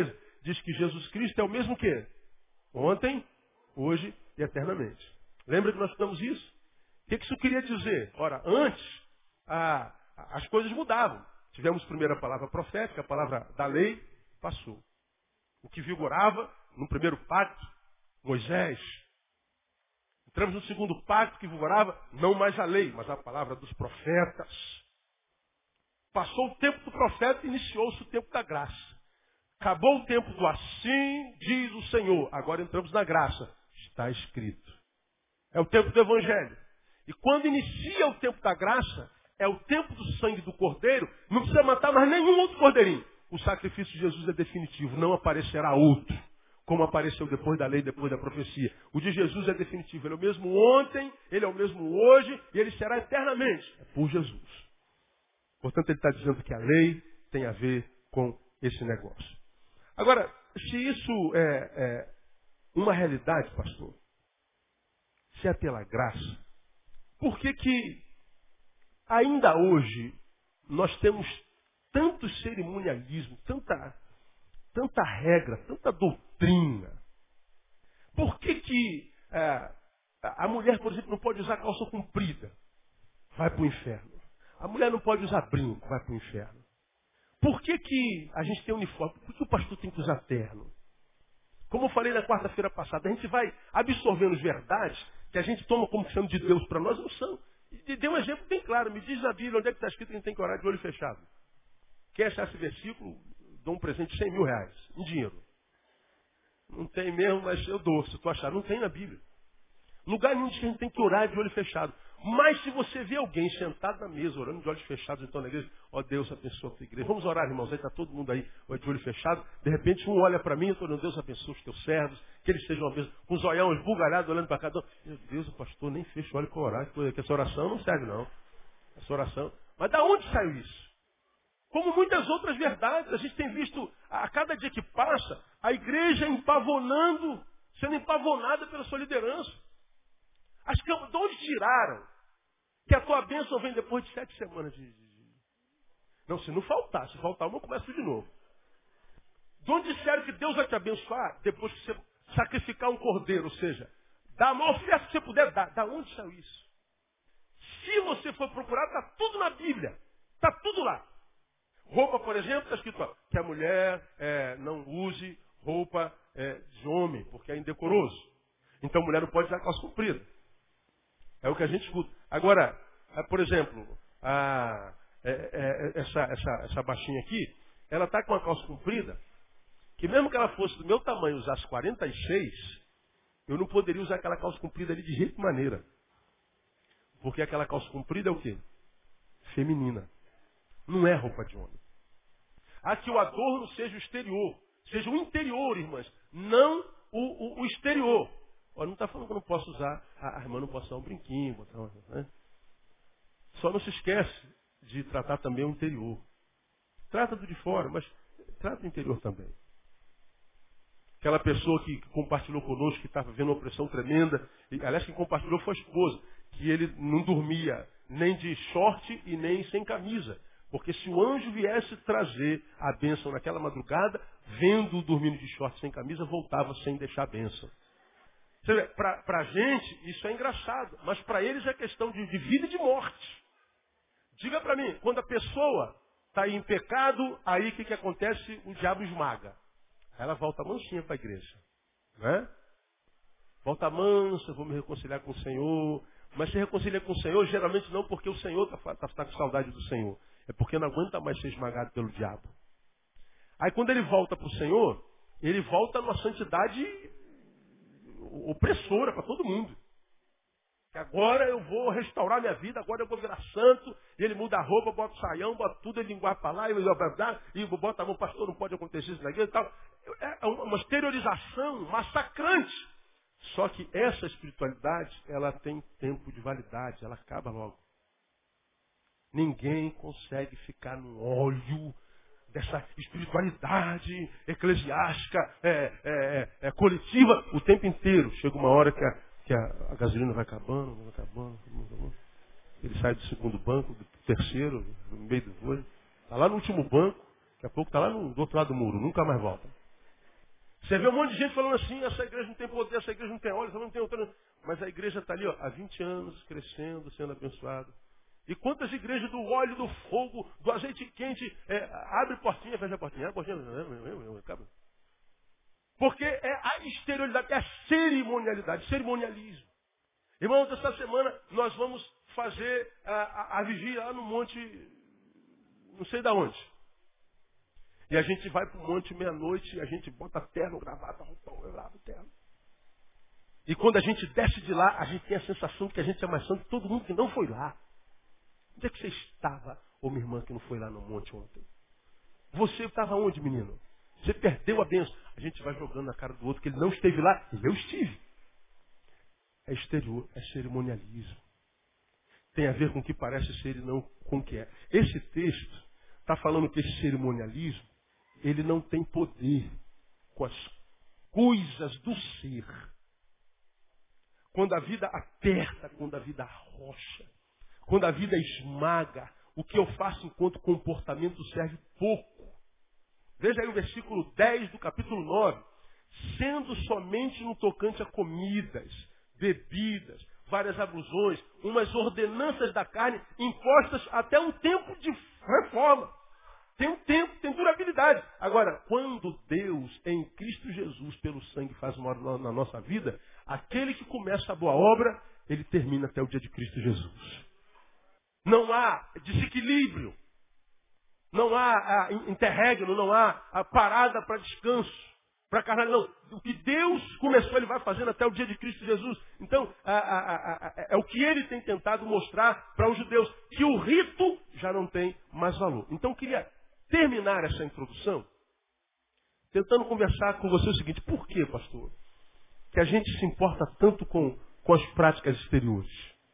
diz que Jesus Cristo é o mesmo que ontem, hoje e eternamente. Lembra que nós estudamos isso? O que isso queria dizer? Ora, antes, a, a, as coisas mudavam. Tivemos primeiro a palavra profética, a palavra da lei, passou. O que vigorava no primeiro pacto, Moisés. Entramos no segundo pacto que vigorava, não mais a lei, mas a palavra dos profetas. Passou o tempo do profeta e iniciou-se o tempo da graça. Acabou o tempo do assim, diz o Senhor. Agora entramos na graça. Está escrito. É o tempo do Evangelho. E quando inicia o tempo da graça, é o tempo do sangue do Cordeiro, não precisa matar mais nenhum outro cordeirinho. O sacrifício de Jesus é definitivo, não aparecerá outro, como apareceu depois da lei, depois da profecia. O de Jesus é definitivo, ele é o mesmo ontem, ele é o mesmo hoje, e ele será eternamente. É por Jesus. Portanto, ele está dizendo que a lei tem a ver com esse negócio. Agora, se isso é, é uma realidade, pastor, se é pela graça, por que que ainda hoje nós temos tanto cerimonialismo, tanta, tanta regra, tanta doutrina? Por que que é, a mulher, por exemplo, não pode usar calça comprida? Vai para o inferno. A mulher não pode usar brinco, vai para o inferno. Por que que a gente tem uniforme? Por que o pastor tem que usar terno? Como eu falei na quarta-feira passada, a gente vai absorvendo as verdades que a gente toma como sendo de Deus para nós, não são. E dei um exemplo bem claro. Me diz na Bíblia onde é que está escrito que a gente tem que orar de olho fechado. Quer achar esse versículo? Dou um presente de cem mil reais em dinheiro. Não tem mesmo, mas eu dou. Se tu achar, não tem na Bíblia. Lugar nenhum diz que a gente tem que orar de olho fechado. Mas se você vê alguém sentado na mesa, orando de olhos fechados, então na igreja, ó Deus, abençoa a tua igreja. Vamos orar, irmãos. Aí está todo mundo aí de olho fechado. De repente um olha para mim, eu estou orando, Deus abençoa os teus servos, que eles sejam uma mesa, com os olhão esbugalhados, olhando para cada um. Meu Deus, o pastor nem fecha o olho para orar, que essa oração não serve não. Essa oração. Mas da onde saiu isso? Como muitas outras verdades, a gente tem visto a cada dia que passa, a igreja empavonando, sendo empavonada pela sua liderança. As camas, de onde tiraram? Que a tua bênção vem depois de sete semanas de, de, de... Não, se não faltar. Se faltar, eu não começo de novo. De onde disseram que Deus vai te abençoar depois que você sacrificar um cordeiro? Ou seja, dá a maior oferta que você puder dar. Da onde saiu isso? Se você for procurar, está tudo na Bíblia. Está tudo lá. Roupa, por exemplo, está escrito ó, que a mulher é, não use roupa é, de homem, porque é indecoroso. Então a mulher não pode usar calça comprida. É o que a gente escuta. Agora, por exemplo, a, é, é, essa, essa, essa baixinha aqui, ela está com a calça comprida, que mesmo que ela fosse do meu tamanho, usasse quarenta e seis, eu não poderia usar aquela calça comprida ali de jeito e maneira. Porque aquela calça comprida é o quê? Feminina. Não é roupa de homem. Há que o adorno seja o exterior, seja o interior, irmãs, não o, o, o exterior. Olha, não está falando que eu não posso usar, a, a irmã não pode usar um brinquinho, botar uma, né? Só não se esquece de tratar também o interior. Trata do de fora, mas trata o interior também. Aquela pessoa que compartilhou conosco, que estava vendo uma opressão tremenda, e, aliás, quem compartilhou foi a esposa, que ele não dormia nem de short e nem sem camisa. Porque se o anjo viesse trazer a bênção naquela madrugada, vendo-o dormindo de short sem camisa, voltava sem deixar a bênção. Para a gente, isso é engraçado, mas para eles é questão de, de vida e de morte. Diga para mim, quando a pessoa está em pecado, aí o que, que acontece? O diabo esmaga. Ela volta manchinha para a igreja. Né? Volta mansa, vou me reconciliar com o Senhor. Mas se reconcilia com o Senhor, geralmente não porque o Senhor está tá, tá com saudade do Senhor. É porque não aguenta mais ser esmagado pelo diabo. Aí quando ele volta para o Senhor, ele volta numa santidade opressora para todo mundo. Agora eu vou restaurar minha vida, agora eu vou virar santo, e ele muda a roupa, bota o saião, bota tudo, ele linguar para lá, e, e bota a mão, pastor, não pode acontecer isso na igreja e tal. É uma exteriorização massacrante. Só que essa espiritualidade, ela tem tempo de validade, ela acaba logo. Ninguém consegue ficar no óleo dessa espiritualidade eclesiástica, é, é, é, é, coletiva, o tempo inteiro. Chega uma hora que a, que a, a gasolina vai acabando, vai acabando, vai acabando. Ele sai do segundo banco, do terceiro, no meio do voo. Está lá no último banco, daqui a pouco está lá no, do outro lado do muro, nunca mais volta. Você vê um monte de gente falando assim, essa igreja não tem poder, essa igreja não tem óleo, essa não tem outra. Mas a igreja está ali ó, há vinte anos, crescendo, sendo abençoada. E quantas igrejas do óleo, do fogo, do azeite quente, é, abre portinha, fecha a portinha, abre portinha, acaba. Porque é a exterioridade, é a cerimonialidade, cerimonialismo. Irmãos, essa semana nós vamos fazer a, a, a vigília lá no monte, não sei da onde. E a gente vai para o monte meia-noite e a gente bota terno, gravata, roupão, eu lavo terno. E quando a gente desce de lá, a gente tem a sensação de que a gente é mais santo que todo mundo que não foi lá. Onde é que você estava, ô minha irmã, que não foi lá no monte ontem? Você estava onde, menino? Você perdeu a bênção. A gente vai jogando na cara do outro que ele não esteve lá e eu estive. É exterior, é cerimonialismo. Tem a ver com o que parece ser e não com o que é. Esse texto está falando que esse cerimonialismo, ele não tem poder com as coisas do ser. Quando a vida aperta, quando a vida arrocha, quando a vida esmaga, o que eu faço enquanto comportamento serve pouco. Veja aí o versículo dez do capítulo nove. Sendo somente no tocante a comidas, bebidas, várias ablusões, umas ordenanças da carne impostas até um tempo de reforma. Tem um tempo, tem durabilidade. Agora, quando Deus, em Cristo Jesus, pelo sangue, faz uma obra na nossa vida, aquele que começa a boa obra, ele termina até o dia de Cristo Jesus. Não há desequilíbrio. Não há a, interregno, não há a parada para descanso, para carnal. Não. O que Deus começou, ele vai fazendo até o dia de Cristo Jesus. Então, a, a, a, a, é o que ele tem tentado mostrar para os judeus, que o rito já não tem mais valor. Então, eu queria terminar essa introdução tentando conversar com você o seguinte: por que, pastor, que a gente se importa tanto com, com as práticas exteriores?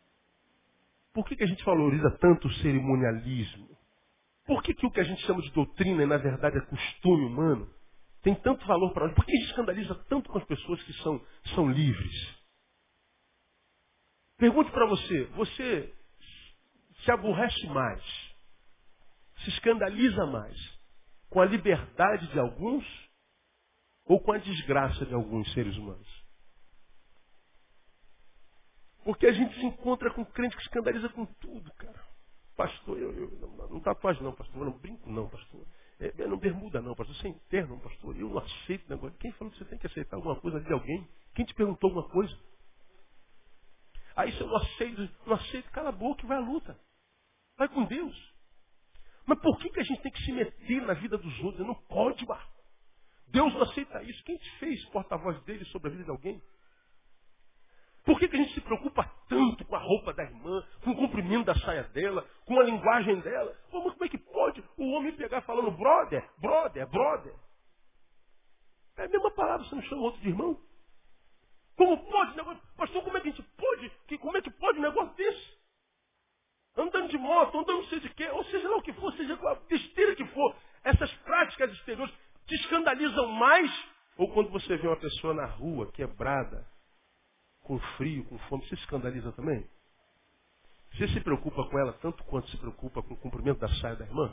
Por que, que a gente valoriza tanto o cerimonialismo? Por que, que o que a gente chama de doutrina e, na verdade, é costume humano, tem tanto valor para nós? Por que a gente escandaliza tanto com as pessoas que são, são livres? Pergunte para você, você se aborrece mais, se escandaliza mais com a liberdade de alguns ou com a desgraça de alguns seres humanos? Porque a gente se encontra com crente que escandaliza com tudo, cara. Pastor, eu, eu não, não tatuagem não, pastor. Eu não brinco não, pastor. É, eu não bermuda não, pastor. Sem terno não, pastor. Eu não aceito negócio. Quem falou que você tem que aceitar alguma coisa de alguém? Quem te perguntou alguma coisa? Aí se eu não aceito, não aceito, cala a boca e vai à luta. Vai com Deus. Mas por que, que a gente tem que se meter na vida dos outros? Não pode, Marco. Deus não aceita isso. Quem te fez porta-voz dele sobre a vida de alguém? Por que, que a gente se preocupa tanto com a roupa da irmã, com o comprimento da saia dela, com a linguagem dela? Pô, mas como é que pode o homem pegar falando brother, brother, brother? É a mesma palavra, você não chama outro de irmão? Como pode negócio? Pastor, como é que a gente pode? Que, como é que pode um negócio desse? Andando de moto, andando não sei de quê, ou seja lá o que for, seja a besteira que for, essas práticas exteriores te escandalizam mais? Ou quando você vê uma pessoa na rua, quebrada, com frio, com fome, você se escandaliza também? Você se preocupa com ela tanto quanto se preocupa com o cumprimento da saia da irmã?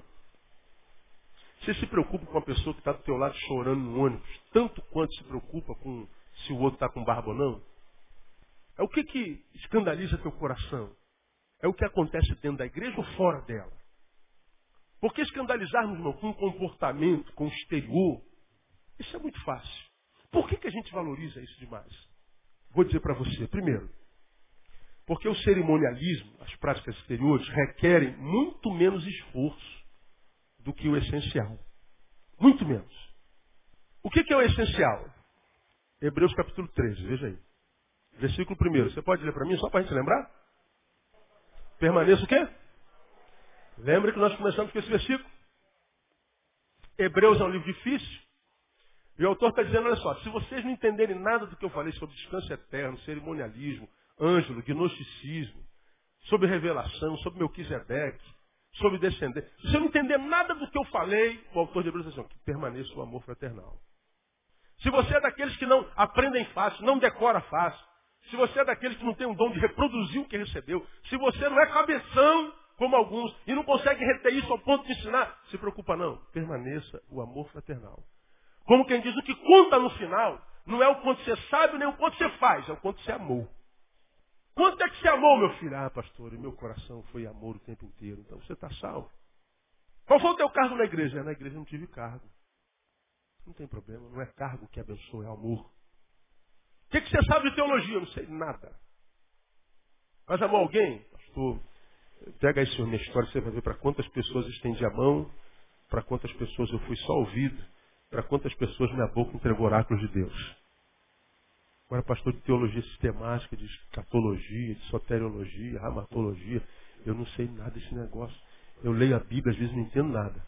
Você se preocupa com a pessoa que está do teu lado chorando no ônibus, tanto quanto se preocupa com se o outro está com barba ou não? É o que que escandaliza teu coração? É o que acontece dentro da igreja ou fora dela? Porque escandalizarmos, irmão, com o comportamento, com o exterior, isso é muito fácil. Por que que a gente valoriza isso demais? Vou dizer para você. Primeiro, porque o cerimonialismo, as práticas exteriores, requerem muito menos esforço do que o essencial. Muito menos. O que, que é o essencial? Hebreus capítulo treze, veja aí. Versículo primeiro. Você pode ler para mim, só para a gente lembrar? Permaneça o quê? Lembra que nós começamos com esse versículo? Hebreus é um livro difícil. E o autor está dizendo, olha só, se vocês não entenderem nada do que eu falei sobre descanso eterno, cerimonialismo, ângelo, gnosticismo, sobre revelação, sobre Melquisedeque, sobre descendência, se você não entender nada do que eu falei, o autor de Hebreus diz assim, que permaneça o amor fraternal. Se você é daqueles que não aprendem fácil, não decora fácil, se você é daqueles que não tem um dom de reproduzir o que recebeu, se você não é cabeção, como alguns, e não consegue reter isso ao ponto de ensinar, se preocupa não, permaneça o amor fraternal. Como quem diz, o que conta no final não é o quanto você sabe, nem o quanto você faz, é o quanto você amou. Quanto é que você amou, meu filho? Ah, pastor, e meu coração foi amor o tempo inteiro. Então você está salvo. Qual foi o teu cargo na igreja? Na igreja eu não tive cargo. Não tem problema, não é cargo que abençoa, é amor. O que, que você sabe de teologia? Eu não sei nada. Mas amou alguém? Pastor, pega aí, senhor, minha história, você vai ver para quantas pessoas estendi a mão, para quantas pessoas eu fui só ouvido, para quantas pessoas minha boca entregou oráculos de Deus. Agora, pastor de teologia sistemática, de escatologia, de soteriologia, ramatologia, eu não sei nada desse negócio. Eu leio a Bíblia, às vezes não entendo nada.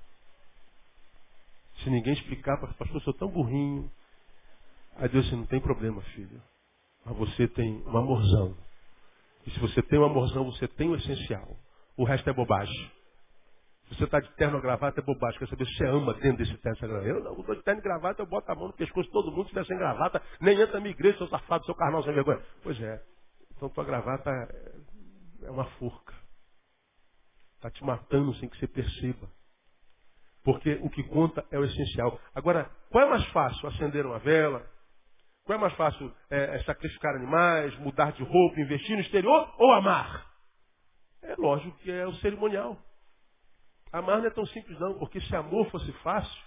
Se ninguém explicar, pastor, eu sou tão burrinho. Aí Deus disse, não tem problema, filho. Mas você tem um amorzão. E se você tem um amorzão, você tem o essencial. O resto é bobagem. Se você está de terno e gravata, é bobagem. Quer saber se você ama dentro desse terno e gravata? Eu não, eu estou de terno e gravata, eu boto a mão no pescoço de todo mundo. Se estiver sem gravata, nem entra na minha igreja, seu safado, seu carnal, sem vergonha. Pois é. Então tua gravata é uma forca. Está te matando sem que você perceba. Porque o que conta é o essencial. Agora, qual é mais fácil? Acender uma vela? Qual é mais fácil? É, é sacrificar animais, mudar de roupa, investir no exterior ou amar? É lógico que é o cerimonial. Amar não é tão simples não, porque se amor fosse fácil,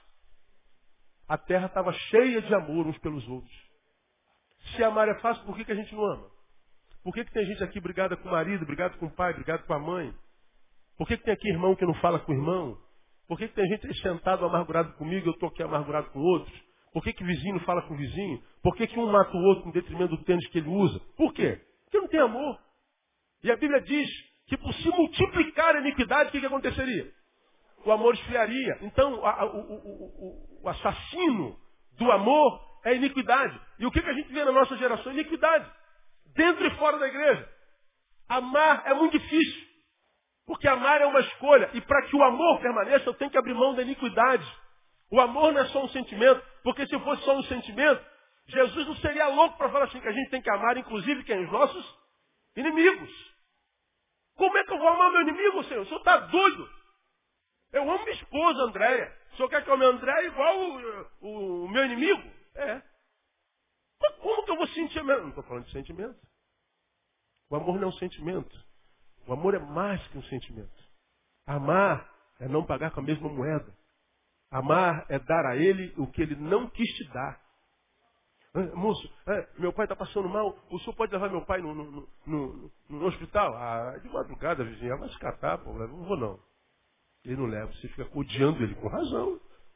a terra estava cheia de amor uns pelos outros. Se amar é fácil, por que, que a gente não ama? Por que, que tem gente aqui brigada com o marido, brigada com o pai, brigada com a mãe? Por que, que tem aqui irmão que não fala com o irmão? Por que, que tem gente aí sentado amargurado comigo e eu estou aqui amargurado com outros? Por que, que vizinho não fala com o vizinho? Por que, que um mata o outro em detrimento do tênis que ele usa? Por quê? Porque não tem amor. E a Bíblia diz que por se multiplicar a iniquidade, o que, que aconteceria? O amor esfriaria. Então, a, a, o, o, o, o assassino do amor é a iniquidade. E o que, que a gente vê na nossa geração? Iniquidade. Dentro e fora da igreja. Amar é muito difícil. Porque amar é uma escolha. E para que o amor permaneça, eu tenho que abrir mão da iniquidade. O amor não é só um sentimento. Porque se fosse só um sentimento, Jesus não seria louco para falar assim que a gente tem que amar, inclusive, quem? Os nossos inimigos. Como é que eu vou amar meu inimigo, Senhor? O Senhor está doido. Eu amo minha esposa, Andréia. O Senhor quer que eu ame a Andréia igual o, o, o meu inimigo? É. Mas como que eu vou sentir? Não estou falando de sentimento. O amor não é um sentimento. O amor é mais que um sentimento. Amar é não pagar com a mesma moeda. Amar é dar a ele o que ele não quis te dar. Ah, moço, ah, meu pai está passando mal, o senhor pode levar meu pai no, no, no, no, no hospital? Ah, de madrugada, vizinha, vai se catar, pô, não vou não. Ele não leva, você fica odiando ele com razão.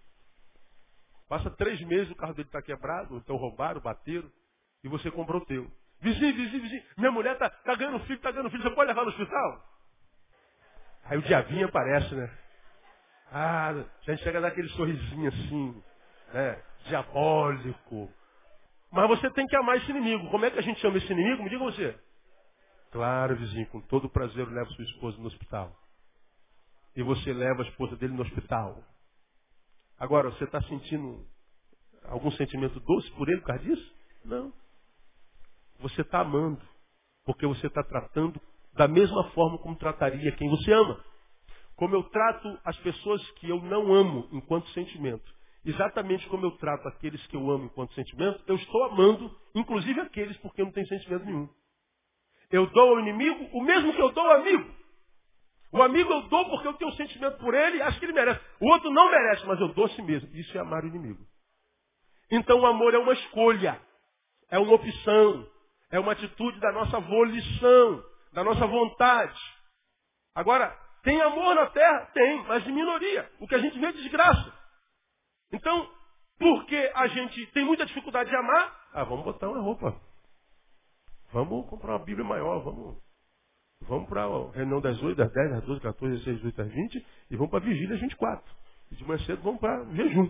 Passa três meses, o carro dele está quebrado, então roubaram, bateram, e você comprou o teu. Vizinho, vizinho, vizinho, minha mulher está tá ganhando filho, está ganhando filho, você pode levar no hospital? Aí o diabinho aparece, né? Ah, a gente chega a dar aquele sorrisinho assim, né? Diabólico. Mas você tem que amar esse inimigo. Como é que a gente chama esse inimigo? Me diga você. Claro, vizinho, com todo prazer eu levo sua esposa no hospital. E você leva a esposa dele no hospital. Agora, você está sentindo algum sentimento doce por ele por causa disso? Não. Você está amando. Porque você está tratando da mesma forma como trataria quem você ama. Como eu trato as pessoas que eu não amo enquanto sentimento. Exatamente como eu trato aqueles que eu amo enquanto sentimento, eu estou amando, inclusive aqueles porque eu não tenho sentimento nenhum. Eu dou ao inimigo o mesmo que eu dou ao amigo. O amigo eu dou porque eu tenho um sentimento por ele e acho que ele merece. O outro não merece, mas eu dou a si mesmo. Isso é amar o inimigo. Então o amor é uma escolha, é uma opção, é uma atitude da nossa volição, da nossa vontade. Agora, tem amor na terra? Tem, mas de minoria. O que a gente vê é desgraça. Então, porque a gente tem muita dificuldade de amar, ah, vamos botar uma roupa. Vamos comprar uma Bíblia maior, vamos, vamos para a reunião das oito, das dez, das doze, das quatorze, das dezesseis, das dezoito, das vinte e vamos para a vigília às vinte e quatro. E de manhã cedo vamos para jejum.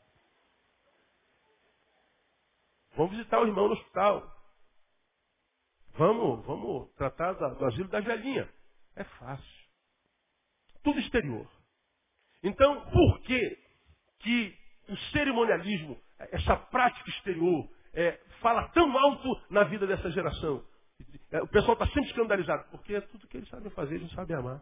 Vamos visitar o irmão no hospital. Vamos, vamos tratar do asilo da velhinha. É fácil. Tudo exterior. Então, por que que o cerimonialismo, essa prática exterior, é, fala tão alto na vida dessa geração? É, o pessoal está sempre escandalizado, porque é tudo que eles sabem fazer, eles não sabem amar.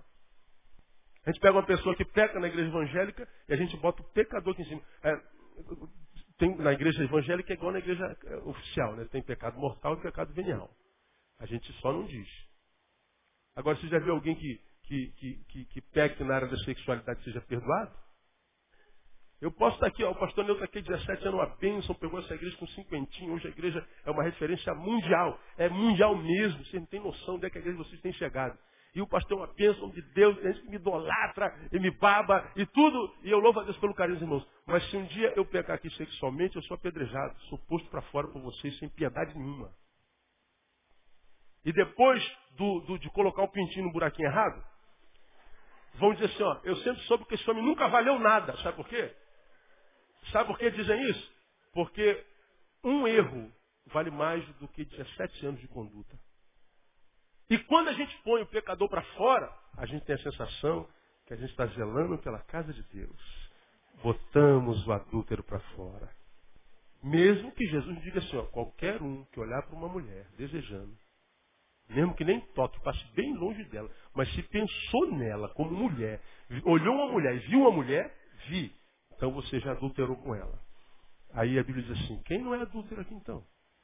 A gente pega uma pessoa que peca na igreja evangélica e a gente bota o pecador aqui em cima. É, tem, na igreja evangélica é igual na igreja oficial, né? Tem pecado mortal e pecado venial. A gente só não diz. Agora, você já viu alguém que, que, que, que, que peque na área da sexualidade seja perdoado? Eu posso estar aqui, ó, o pastor Neu está aqui dezessete anos, uma bênção, pegou essa igreja com cinquentinho. Hoje a igreja é uma referência mundial. É mundial mesmo. Vocês não têm noção onde é que a igreja de vocês tem chegado. E o pastor é uma bênção de Deus, a gente me idolatra, e me baba, e tudo. E eu louvo a Deus pelo carinho dos irmãos. Mas se um dia eu pecar aqui sexualmente, eu sou apedrejado. Sou posto para fora por vocês sem piedade nenhuma. E depois do, do, de colocar o pintinho no buraquinho errado, vão dizer assim, ó, eu sempre soube que esse homem nunca valeu nada. Sabe por quê? Sabe por que dizem isso? Porque um erro vale mais do que dezessete anos de conduta. E quando a gente põe o pecador para fora, a gente tem a sensação que a gente está zelando pela casa de Deus. Botamos o adúltero para fora. Mesmo que Jesus diga assim, ó, qualquer um que olhar para uma mulher desejando, mesmo que nem toque, passe bem longe dela, mas se pensou nela como mulher, olhou uma mulher e viu uma mulher, vi. Então você já adulterou com ela. Aí a Bíblia diz assim, quem não é adúltero aqui então?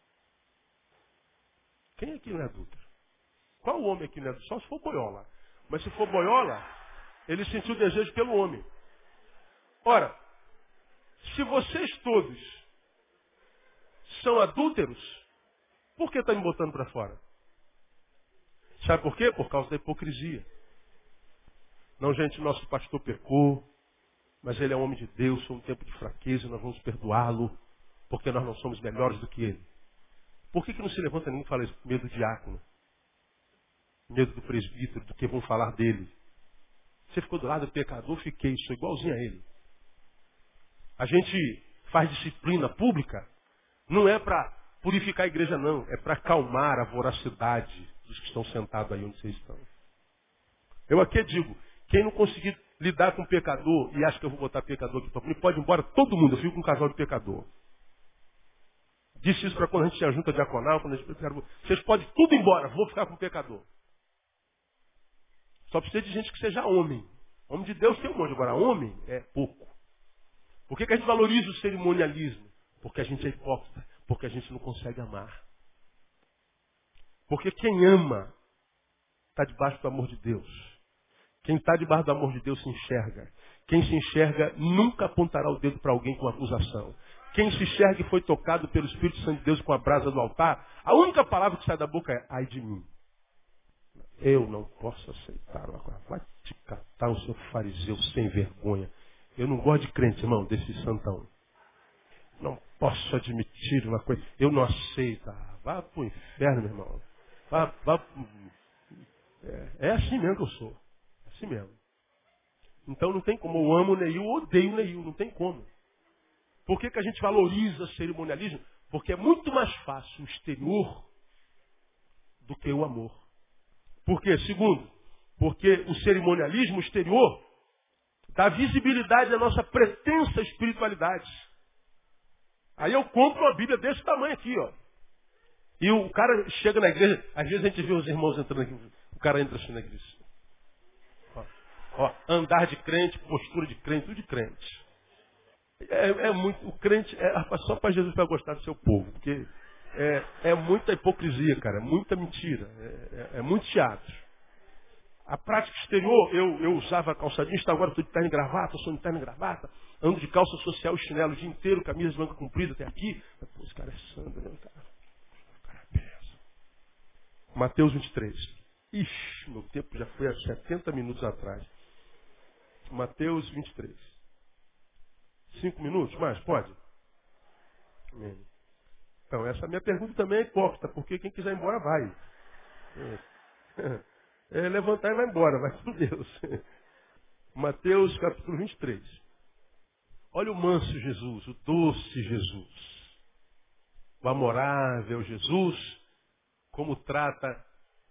Quem aqui não é adúltero? Qual homem aqui não é adúltero? Só se for boiola. Mas se for boiola, ele sentiu desejo pelo homem. Ora, se vocês todos são adúlteros, por que está me botando para fora? Sabe por quê? Por causa da hipocrisia. Não, gente, nosso pastor pecou, mas ele é um homem de Deus, foi um tempo de fraqueza, nós vamos perdoá-lo, porque nós não somos melhores do que ele. Por que, que não se levanta ninguém e fala isso? Medo do diácono, medo do presbítero, do que vão falar dele. Você ficou do lado do pecador, fiquei, sou igualzinho a ele. A gente faz disciplina pública, não é para purificar a igreja não, é para acalmar a voracidade dos que estão sentados aí onde vocês estão. Eu aqui digo, quem não conseguir lidar com o pecador e acha que eu vou botar pecador aqui para mim, pode ir embora todo mundo, eu fico com um casal de pecador. Disse isso para quando a gente tinha junta diaconal, quando a gente pecador. Vocês podem tudo ir embora, vou ficar com o pecador. Só precisa de gente que seja homem. Homem de Deus tem um monte, agora homem é pouco. Por que, que a gente valoriza o cerimonialismo? Porque a gente é hipócrita, porque a gente não consegue amar. Porque quem ama está debaixo do amor de Deus. Quem está debaixo do amor de Deus se enxerga. Quem se enxerga nunca apontará o dedo para alguém com acusação. Quem se enxerga e foi tocado pelo Espírito Santo de Deus com a brasa do altar, a única palavra que sai da boca é, ai de mim. Eu não posso aceitar uma coisa. Vai te catar o seu fariseu sem vergonha. Eu não gosto de crente, irmão, desse santão. Não posso admitir uma coisa. Eu não aceito. Ah, vá para o inferno, meu irmão. Vá, vá pro... é, é assim mesmo que eu sou. É assim mesmo. Então não tem como. Eu amo o Neil, odeio o Neil. Não tem como. Por que, que a gente valoriza o cerimonialismo? Porque é muito mais fácil o exterior do que o amor. Por quê? Segundo, porque o cerimonialismo exterior dá visibilidade à nossa pretensa espiritualidade. Aí eu compro uma Bíblia desse tamanho aqui, ó. E o cara chega na igreja, às vezes a gente vê os irmãos entrando aqui, o cara entra assim na igreja. Ó, ó, andar de crente, postura de crente, tudo de crente. É, é muito, o crente, é, só para Jesus vai gostar do seu povo, porque é, é muita hipocrisia, cara, é muita mentira, é, é, é muito teatro. A prática exterior, eu, eu usava calça jeans, agora estou de terno e gravata, sou de terno e gravata, ando de calça social e chinelo o dia inteiro, camisa de manga comprida até aqui. Pô, esse cara é santo, né, cara? O cara é peso. Mateus vinte e três. Ixi, meu tempo já foi há setenta minutos atrás. Mateus vinte e três. Cinco minutos mais? Pode? Amém. Então, essa minha pergunta também é hipócrita, porque quem quiser ir embora vai. É. É, levantar e vai embora, vai por Deus. Mateus capítulo vinte e três. Olha o manso Jesus, o doce Jesus. O amorável Jesus, como trata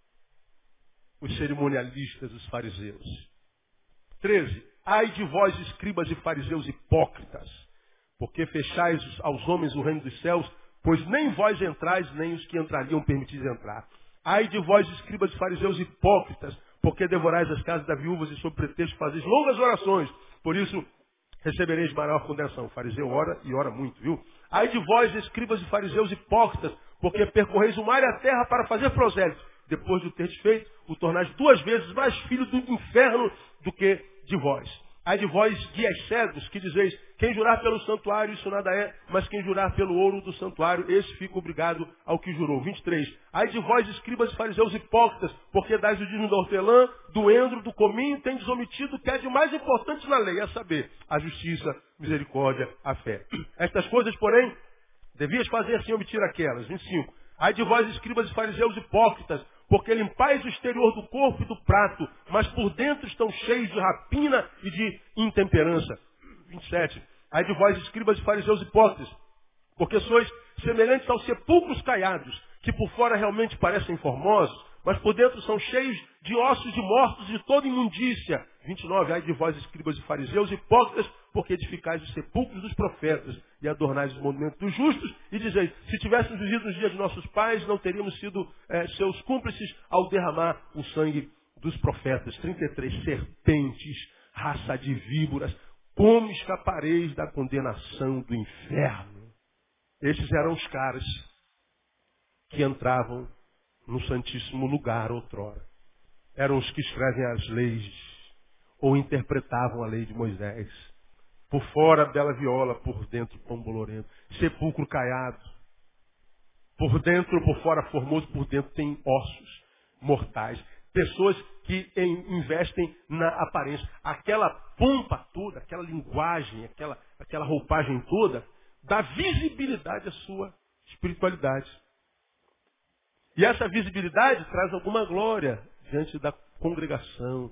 os cerimonialistas, os fariseus. treze. Ai de vós, escribas e fariseus hipócritas, porque fechais aos homens o reino dos céus, pois nem vós entrais, nem os que entrariam permitis entrar. Ai de vós, escribas e fariseus hipócritas, porque devorais as casas das viúvas e sob pretexto fazeis longas orações. Por isso recebereis maior condenação. O fariseu ora e ora muito, viu? Ai de vós, escribas e fariseus hipócritas, porque percorreis o mar e a terra para fazer prosélitos. Depois de o teres feito, o tornais duas vezes mais filho do inferno do que de vós. Ai de vós, guias cegos, que dizeis, quem jurar pelo santuário, isso nada é, mas quem jurar pelo ouro do santuário, esse fica obrigado ao que jurou. vinte e três. Ai de vós, escribas e fariseus hipócritas, porque dais o dízimo da hortelã, do endro, do cominho, tendes omitido o que é de mais importante na lei, a saber, a justiça, misericórdia, a fé. Estas coisas, porém, devias fazer sem omitir aquelas. vinte e cinco. Ai de vós, escribas e fariseus hipócritas, porque limpais o exterior do corpo e do prato, mas por dentro estão cheios de rapina e de intemperança. vinte e sete. Ai de vós, escribas e fariseus hipócritas, porque sois semelhantes aos sepulcros caiados, que por fora realmente parecem formosos, mas por dentro são cheios de ossos de mortos e de toda imundícia. vinte e nove. Ai de vós, escribas e fariseus hipócritas, porque edificais os sepulcros dos profetas e adornais os monumentos dos justos, e dizeis, se tivéssemos vivido nos dias de nossos pais, não teríamos sido é, seus cúmplices ao derramar o sangue dos profetas. trinta e três. Serpentes, raça de víboras, como escapareis da condenação do inferno? Esses eram os caras que entravam no Santíssimo Lugar outrora. Eram os que escrevem as leis, ou interpretavam a lei de Moisés. Por fora, bela viola, por dentro, pão bolorento. Sepulcro caiado. Por dentro, por fora, formoso, por dentro tem ossos mortais. Pessoas que investem na aparência. Aquela pompa toda, aquela linguagem, aquela, aquela roupagem toda, dá visibilidade à sua espiritualidade. E essa visibilidade traz alguma glória diante da congregação,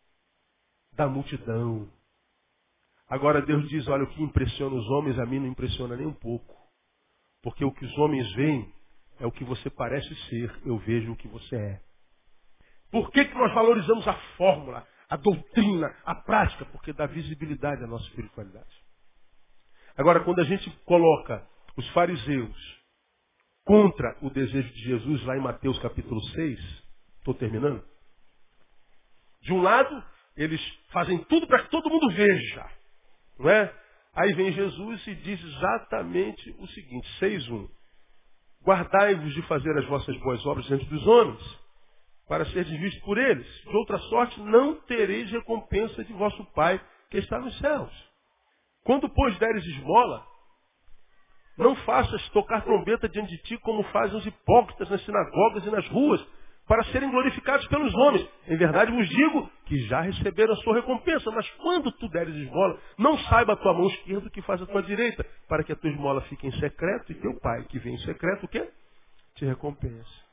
da multidão. Agora Deus diz, olha, o que impressiona os homens, a mim não impressiona nem um pouco. Porque o que os homens veem é o que você parece ser, eu vejo o que você é. Por que que nós valorizamos a fórmula, a doutrina, a prática? Porque dá visibilidade à nossa espiritualidade. Agora, quando a gente coloca os fariseus contra o desejo de Jesus, lá em Mateus capítulo seis, estou terminando. De um lado, eles fazem tudo para que todo mundo veja. Não é? Aí vem Jesus e diz exatamente o seguinte, seis, um. Guardai-vos de fazer as vossas boas obras diante dos homens, para seres vistos por eles. De outra sorte, não tereis recompensa de vosso Pai que está nos céus. Quando, pois, deres esmola, não faças tocar trombeta diante de ti como fazem os hipócritas nas sinagogas e nas ruas, para serem glorificados pelos homens. Em verdade vos digo que já receberam a sua recompensa, mas quando tu deres esmola, não saiba a tua mão esquerda o que faz a tua direita, para que a tua esmola fique em secreto e teu Pai, que vem em secreto, o quê? Te recompensa.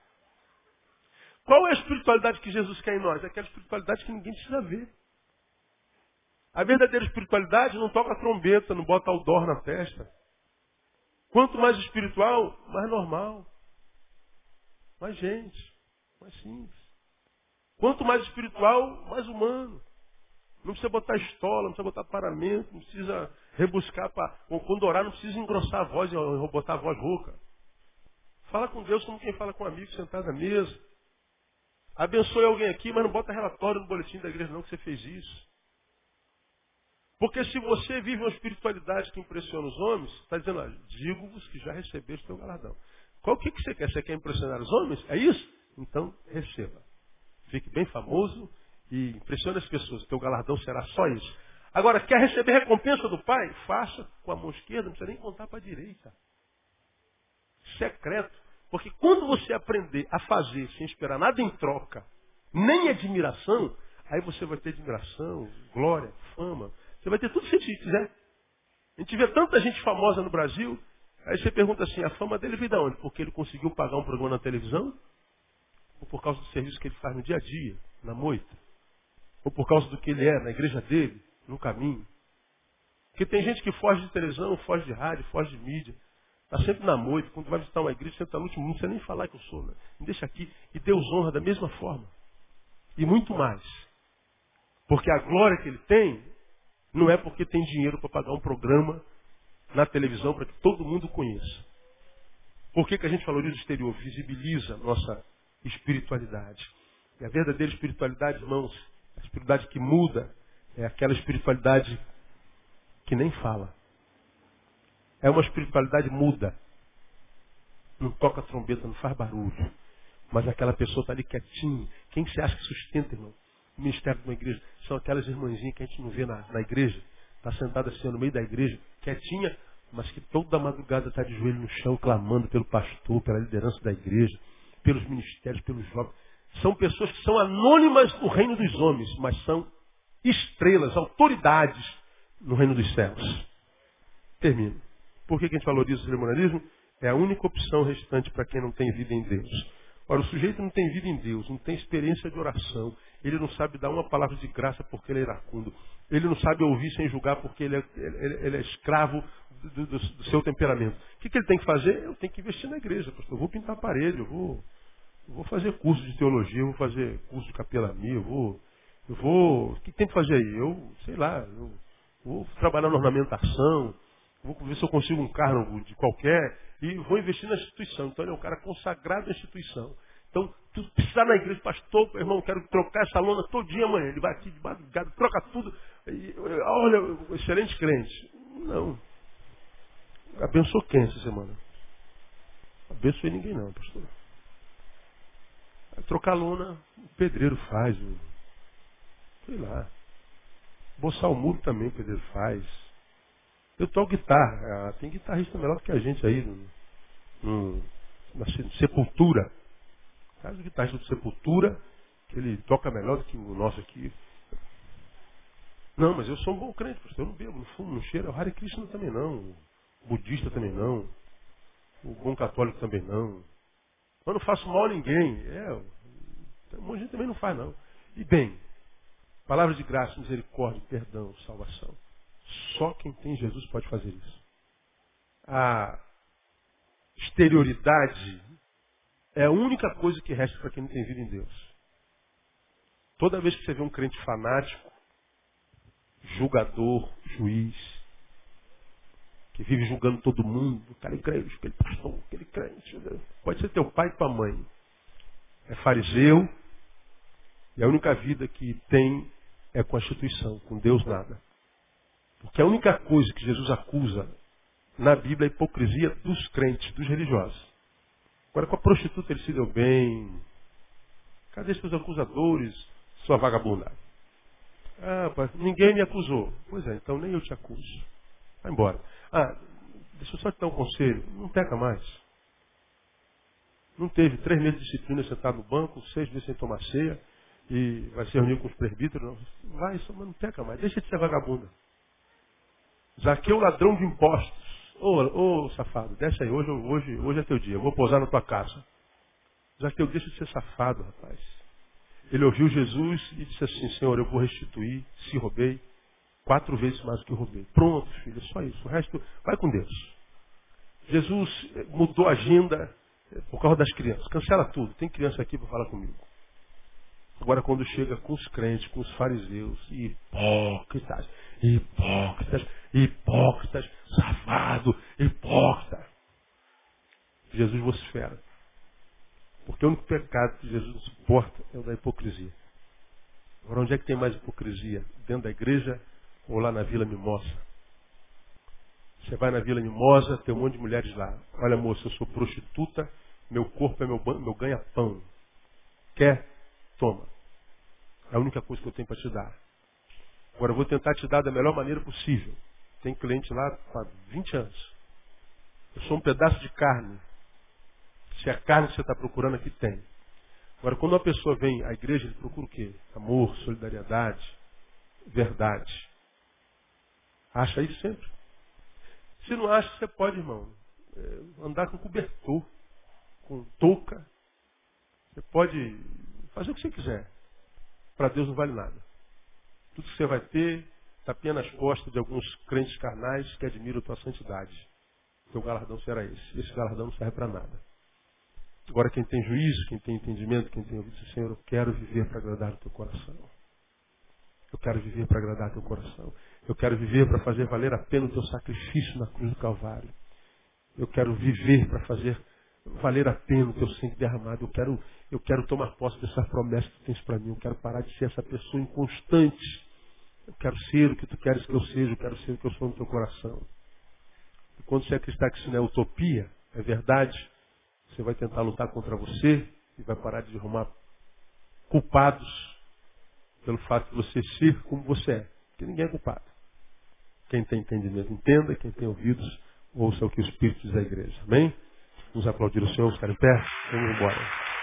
Qual é a espiritualidade que Jesus quer em nós? É aquela espiritualidade que ninguém precisa ver. A verdadeira espiritualidade não toca trombeta, não bota outdoor na testa. Quanto mais espiritual, mais normal. Mais gente. Mais simples. Quanto mais espiritual, mais humano. Não precisa botar estola, não precisa botar paramento, não precisa rebuscar para... Quando orar, não precisa engrossar a voz e botar a voz rouca. Fala com Deus como quem fala com um amigo sentado à mesa. Abençoe alguém aqui, mas não bota relatório no boletim da igreja não que você fez isso. Porque se você vive uma espiritualidade que impressiona os homens, está dizendo, olha, digo-vos que já recebeste o teu galardão. Qual que, que você quer? Você quer impressionar os homens? É isso? Então, receba. Fique bem famoso e impressione as pessoas. Teu galardão será só isso. Agora, quer receber recompensa do Pai? Faça com a mão esquerda, não precisa nem contar para a direita. Secreto. Porque quando você aprender a fazer sem esperar nada em troca, nem admiração, aí você vai ter admiração, glória, fama. Você vai ter tudo que você quiser. A gente vê tanta gente famosa no Brasil, aí você pergunta assim, a fama dele veio de onde? Porque ele conseguiu pagar um programa na televisão? Ou por causa do serviço que ele faz no dia a dia, na moita? Ou por causa do que ele é na igreja dele, no caminho? Porque tem gente que foge de televisão, foge de rádio, foge de mídia. Está sempre na moita. Quando vai visitar uma igreja, senta no último mundo, não precisa nem falar que eu sou. Né? Me deixa aqui. E Deus honra da mesma forma. E muito mais. Porque a glória que ele tem, não é porque tem dinheiro para pagar um programa na televisão para que todo mundo conheça. Por que, que a gente valoriza o exterior? Visibiliza a nossa espiritualidade. E a verdadeira espiritualidade, irmãos, a espiritualidade que muda, é aquela espiritualidade que nem fala. É uma espiritualidade muda. Não toca trombeta, não faz barulho. Mas aquela pessoa está ali quietinha. Quem você acha que sustenta, irmão? O ministério de uma igreja. São aquelas irmãzinhas que a gente não vê na, na igreja. Está sentada assim no meio da igreja, quietinha, mas que toda madrugada está de joelho no chão, clamando pelo pastor, pela liderança da igreja, pelos ministérios, pelos jovens. São pessoas que são anônimas no reino dos homens, mas são estrelas, autoridades no reino dos céus. Termino. Por que que a gente valoriza o cerimonialismo? É a única opção restante para quem não tem vida em Deus. Ora, o sujeito não tem vida em Deus, não tem experiência de oração. Ele não sabe dar uma palavra de graça porque ele é iracundo. Ele não sabe ouvir sem julgar porque ele é, ele, ele é escravo do, do, do seu temperamento. O que, que ele tem que fazer? Eu tenho que investir na igreja, pastor. Eu vou pintar a parede, eu vou, eu vou fazer curso de teologia, eu vou fazer curso de capelania, eu vou... Eu vou... O que tem que fazer aí? Eu, sei lá, eu vou trabalhar na ornamentação, vou ver se eu consigo um cargo de qualquer e vou investir na instituição. Então ele é um cara consagrado à instituição. Então, tu precisa na igreja, pastor, irmão, eu quero trocar essa lona todo dia amanhã. Ele vai aqui de madrugada, troca tudo. E, olha, excelente crente. Não. Abençoou quem essa semana? Abençoei ninguém não, pastor. Trocar lona, o pedreiro faz. O, sei lá. Boçar o muro também o pedreiro faz. Eu toco guitarra. Ah, tem guitarrista melhor que a gente aí no, no, na Sepultura. Caso o guitarrista do Sepultura, que ele toca melhor do que o nosso aqui. Não, mas eu sou um bom crente, pastor. Eu não bebo, não fumo, não cheiro. O Hare Krishna também não. O budista também não. O bom católico também não. Eu não faço mal a ninguém. É, um monte de gente também não faz, não. E bem, palavra de graça, misericórdia, perdão, salvação. Só quem tem Jesus pode fazer isso. A exterioridade é a única coisa que resta para quem não tem vida em Deus. Toda vez que você vê um crente fanático, julgador, juiz, que vive julgando todo mundo, aquele crente, aquele pastor, aquele crente, pode ser teu pai e tua mãe. É fariseu e a única vida que tem é com a instituição, com Deus nada. Porque a única coisa que Jesus acusa na Bíblia é a hipocrisia dos crentes, dos religiosos. Agora com a prostituta ele se deu bem. Cadê seus acusadores, sua vagabunda? Ah, pai, ninguém me acusou. Pois é, então nem eu te acuso. Vai embora. Ah, deixa eu só te dar um conselho. Não peca mais. Não teve três meses de disciplina sentado no banco, seis meses sem tomar ceia, e vai se reunir com os presbíteros. Não. Vai, só, mas não peca mais. Deixa de ser vagabunda. Zaqueu, ladrão de impostos. Ô, ô, safado, desce aí, hoje, hoje, hoje é teu dia, eu vou pousar na tua casa. Zaqueu, deixa de ser safado, rapaz. Ele ouviu Jesus e disse assim, Senhor, eu vou restituir, se roubei, quatro vezes mais do que roubei. Pronto, filho, é só isso. O resto, vai com Deus. Jesus mudou a agenda por causa das crianças. Cancela tudo, tem criança aqui para falar comigo. Agora, quando chega com os crentes, com os fariseus, hipócritas, hipócritas, hipócritas, safado, hipócrita. Jesus vocifera. Porque o único pecado que Jesus não suporta é o da hipocrisia. Agora, onde é que tem mais hipocrisia? Dentro da igreja ou lá na Vila Mimosa? Você vai na Vila Mimosa, tem um monte de mulheres lá. Olha, moça, eu sou prostituta, meu corpo é meu, meu ganha-pão. Quer? Toma. É a única coisa que eu tenho para te dar. Agora eu vou tentar te dar da melhor maneira possível. Tem cliente lá há vinte anos. Eu sou um pedaço de carne. Se é carne que você está procurando, aqui tem. Agora, quando uma pessoa vem à igreja, ele procura o quê? Amor, solidariedade, verdade. Acha isso sempre. Se não acha, você pode, irmão, andar com cobertor, com touca. Você pode fazer o que você quiser. Para Deus não vale nada. Tudo que você vai ter, tapinha nas costas de alguns crentes carnais que admiram a tua santidade. Teu galardão será esse. Esse galardão não serve para nada. Agora quem tem juízo, quem tem entendimento, quem tem ouvido, diz, Senhor, eu quero viver para agradar o teu coração. Eu quero viver para agradar o teu coração. Eu quero viver para fazer valer a pena o teu sacrifício na cruz do Calvário. Eu quero viver para fazer valer a pena o teu sangue derramado. Eu quero, eu quero tomar posse dessa promessa que tu tens para mim. Eu quero parar de ser essa pessoa inconstante. Eu quero ser o que tu queres que eu seja. Eu quero ser o que eu sou no teu coração. E Quando você acreditar que isso não é utopia, é verdade, você vai tentar lutar contra você e vai parar de arrumar culpados pelo fato de você ser como você é. Porque ninguém é culpado. Quem tem entendimento, entenda. Quem tem ouvidos, ouça o que o Espírito diz à igreja. Amém? Vamos aplaudir o Senhor, ficar em pé. Vamos embora.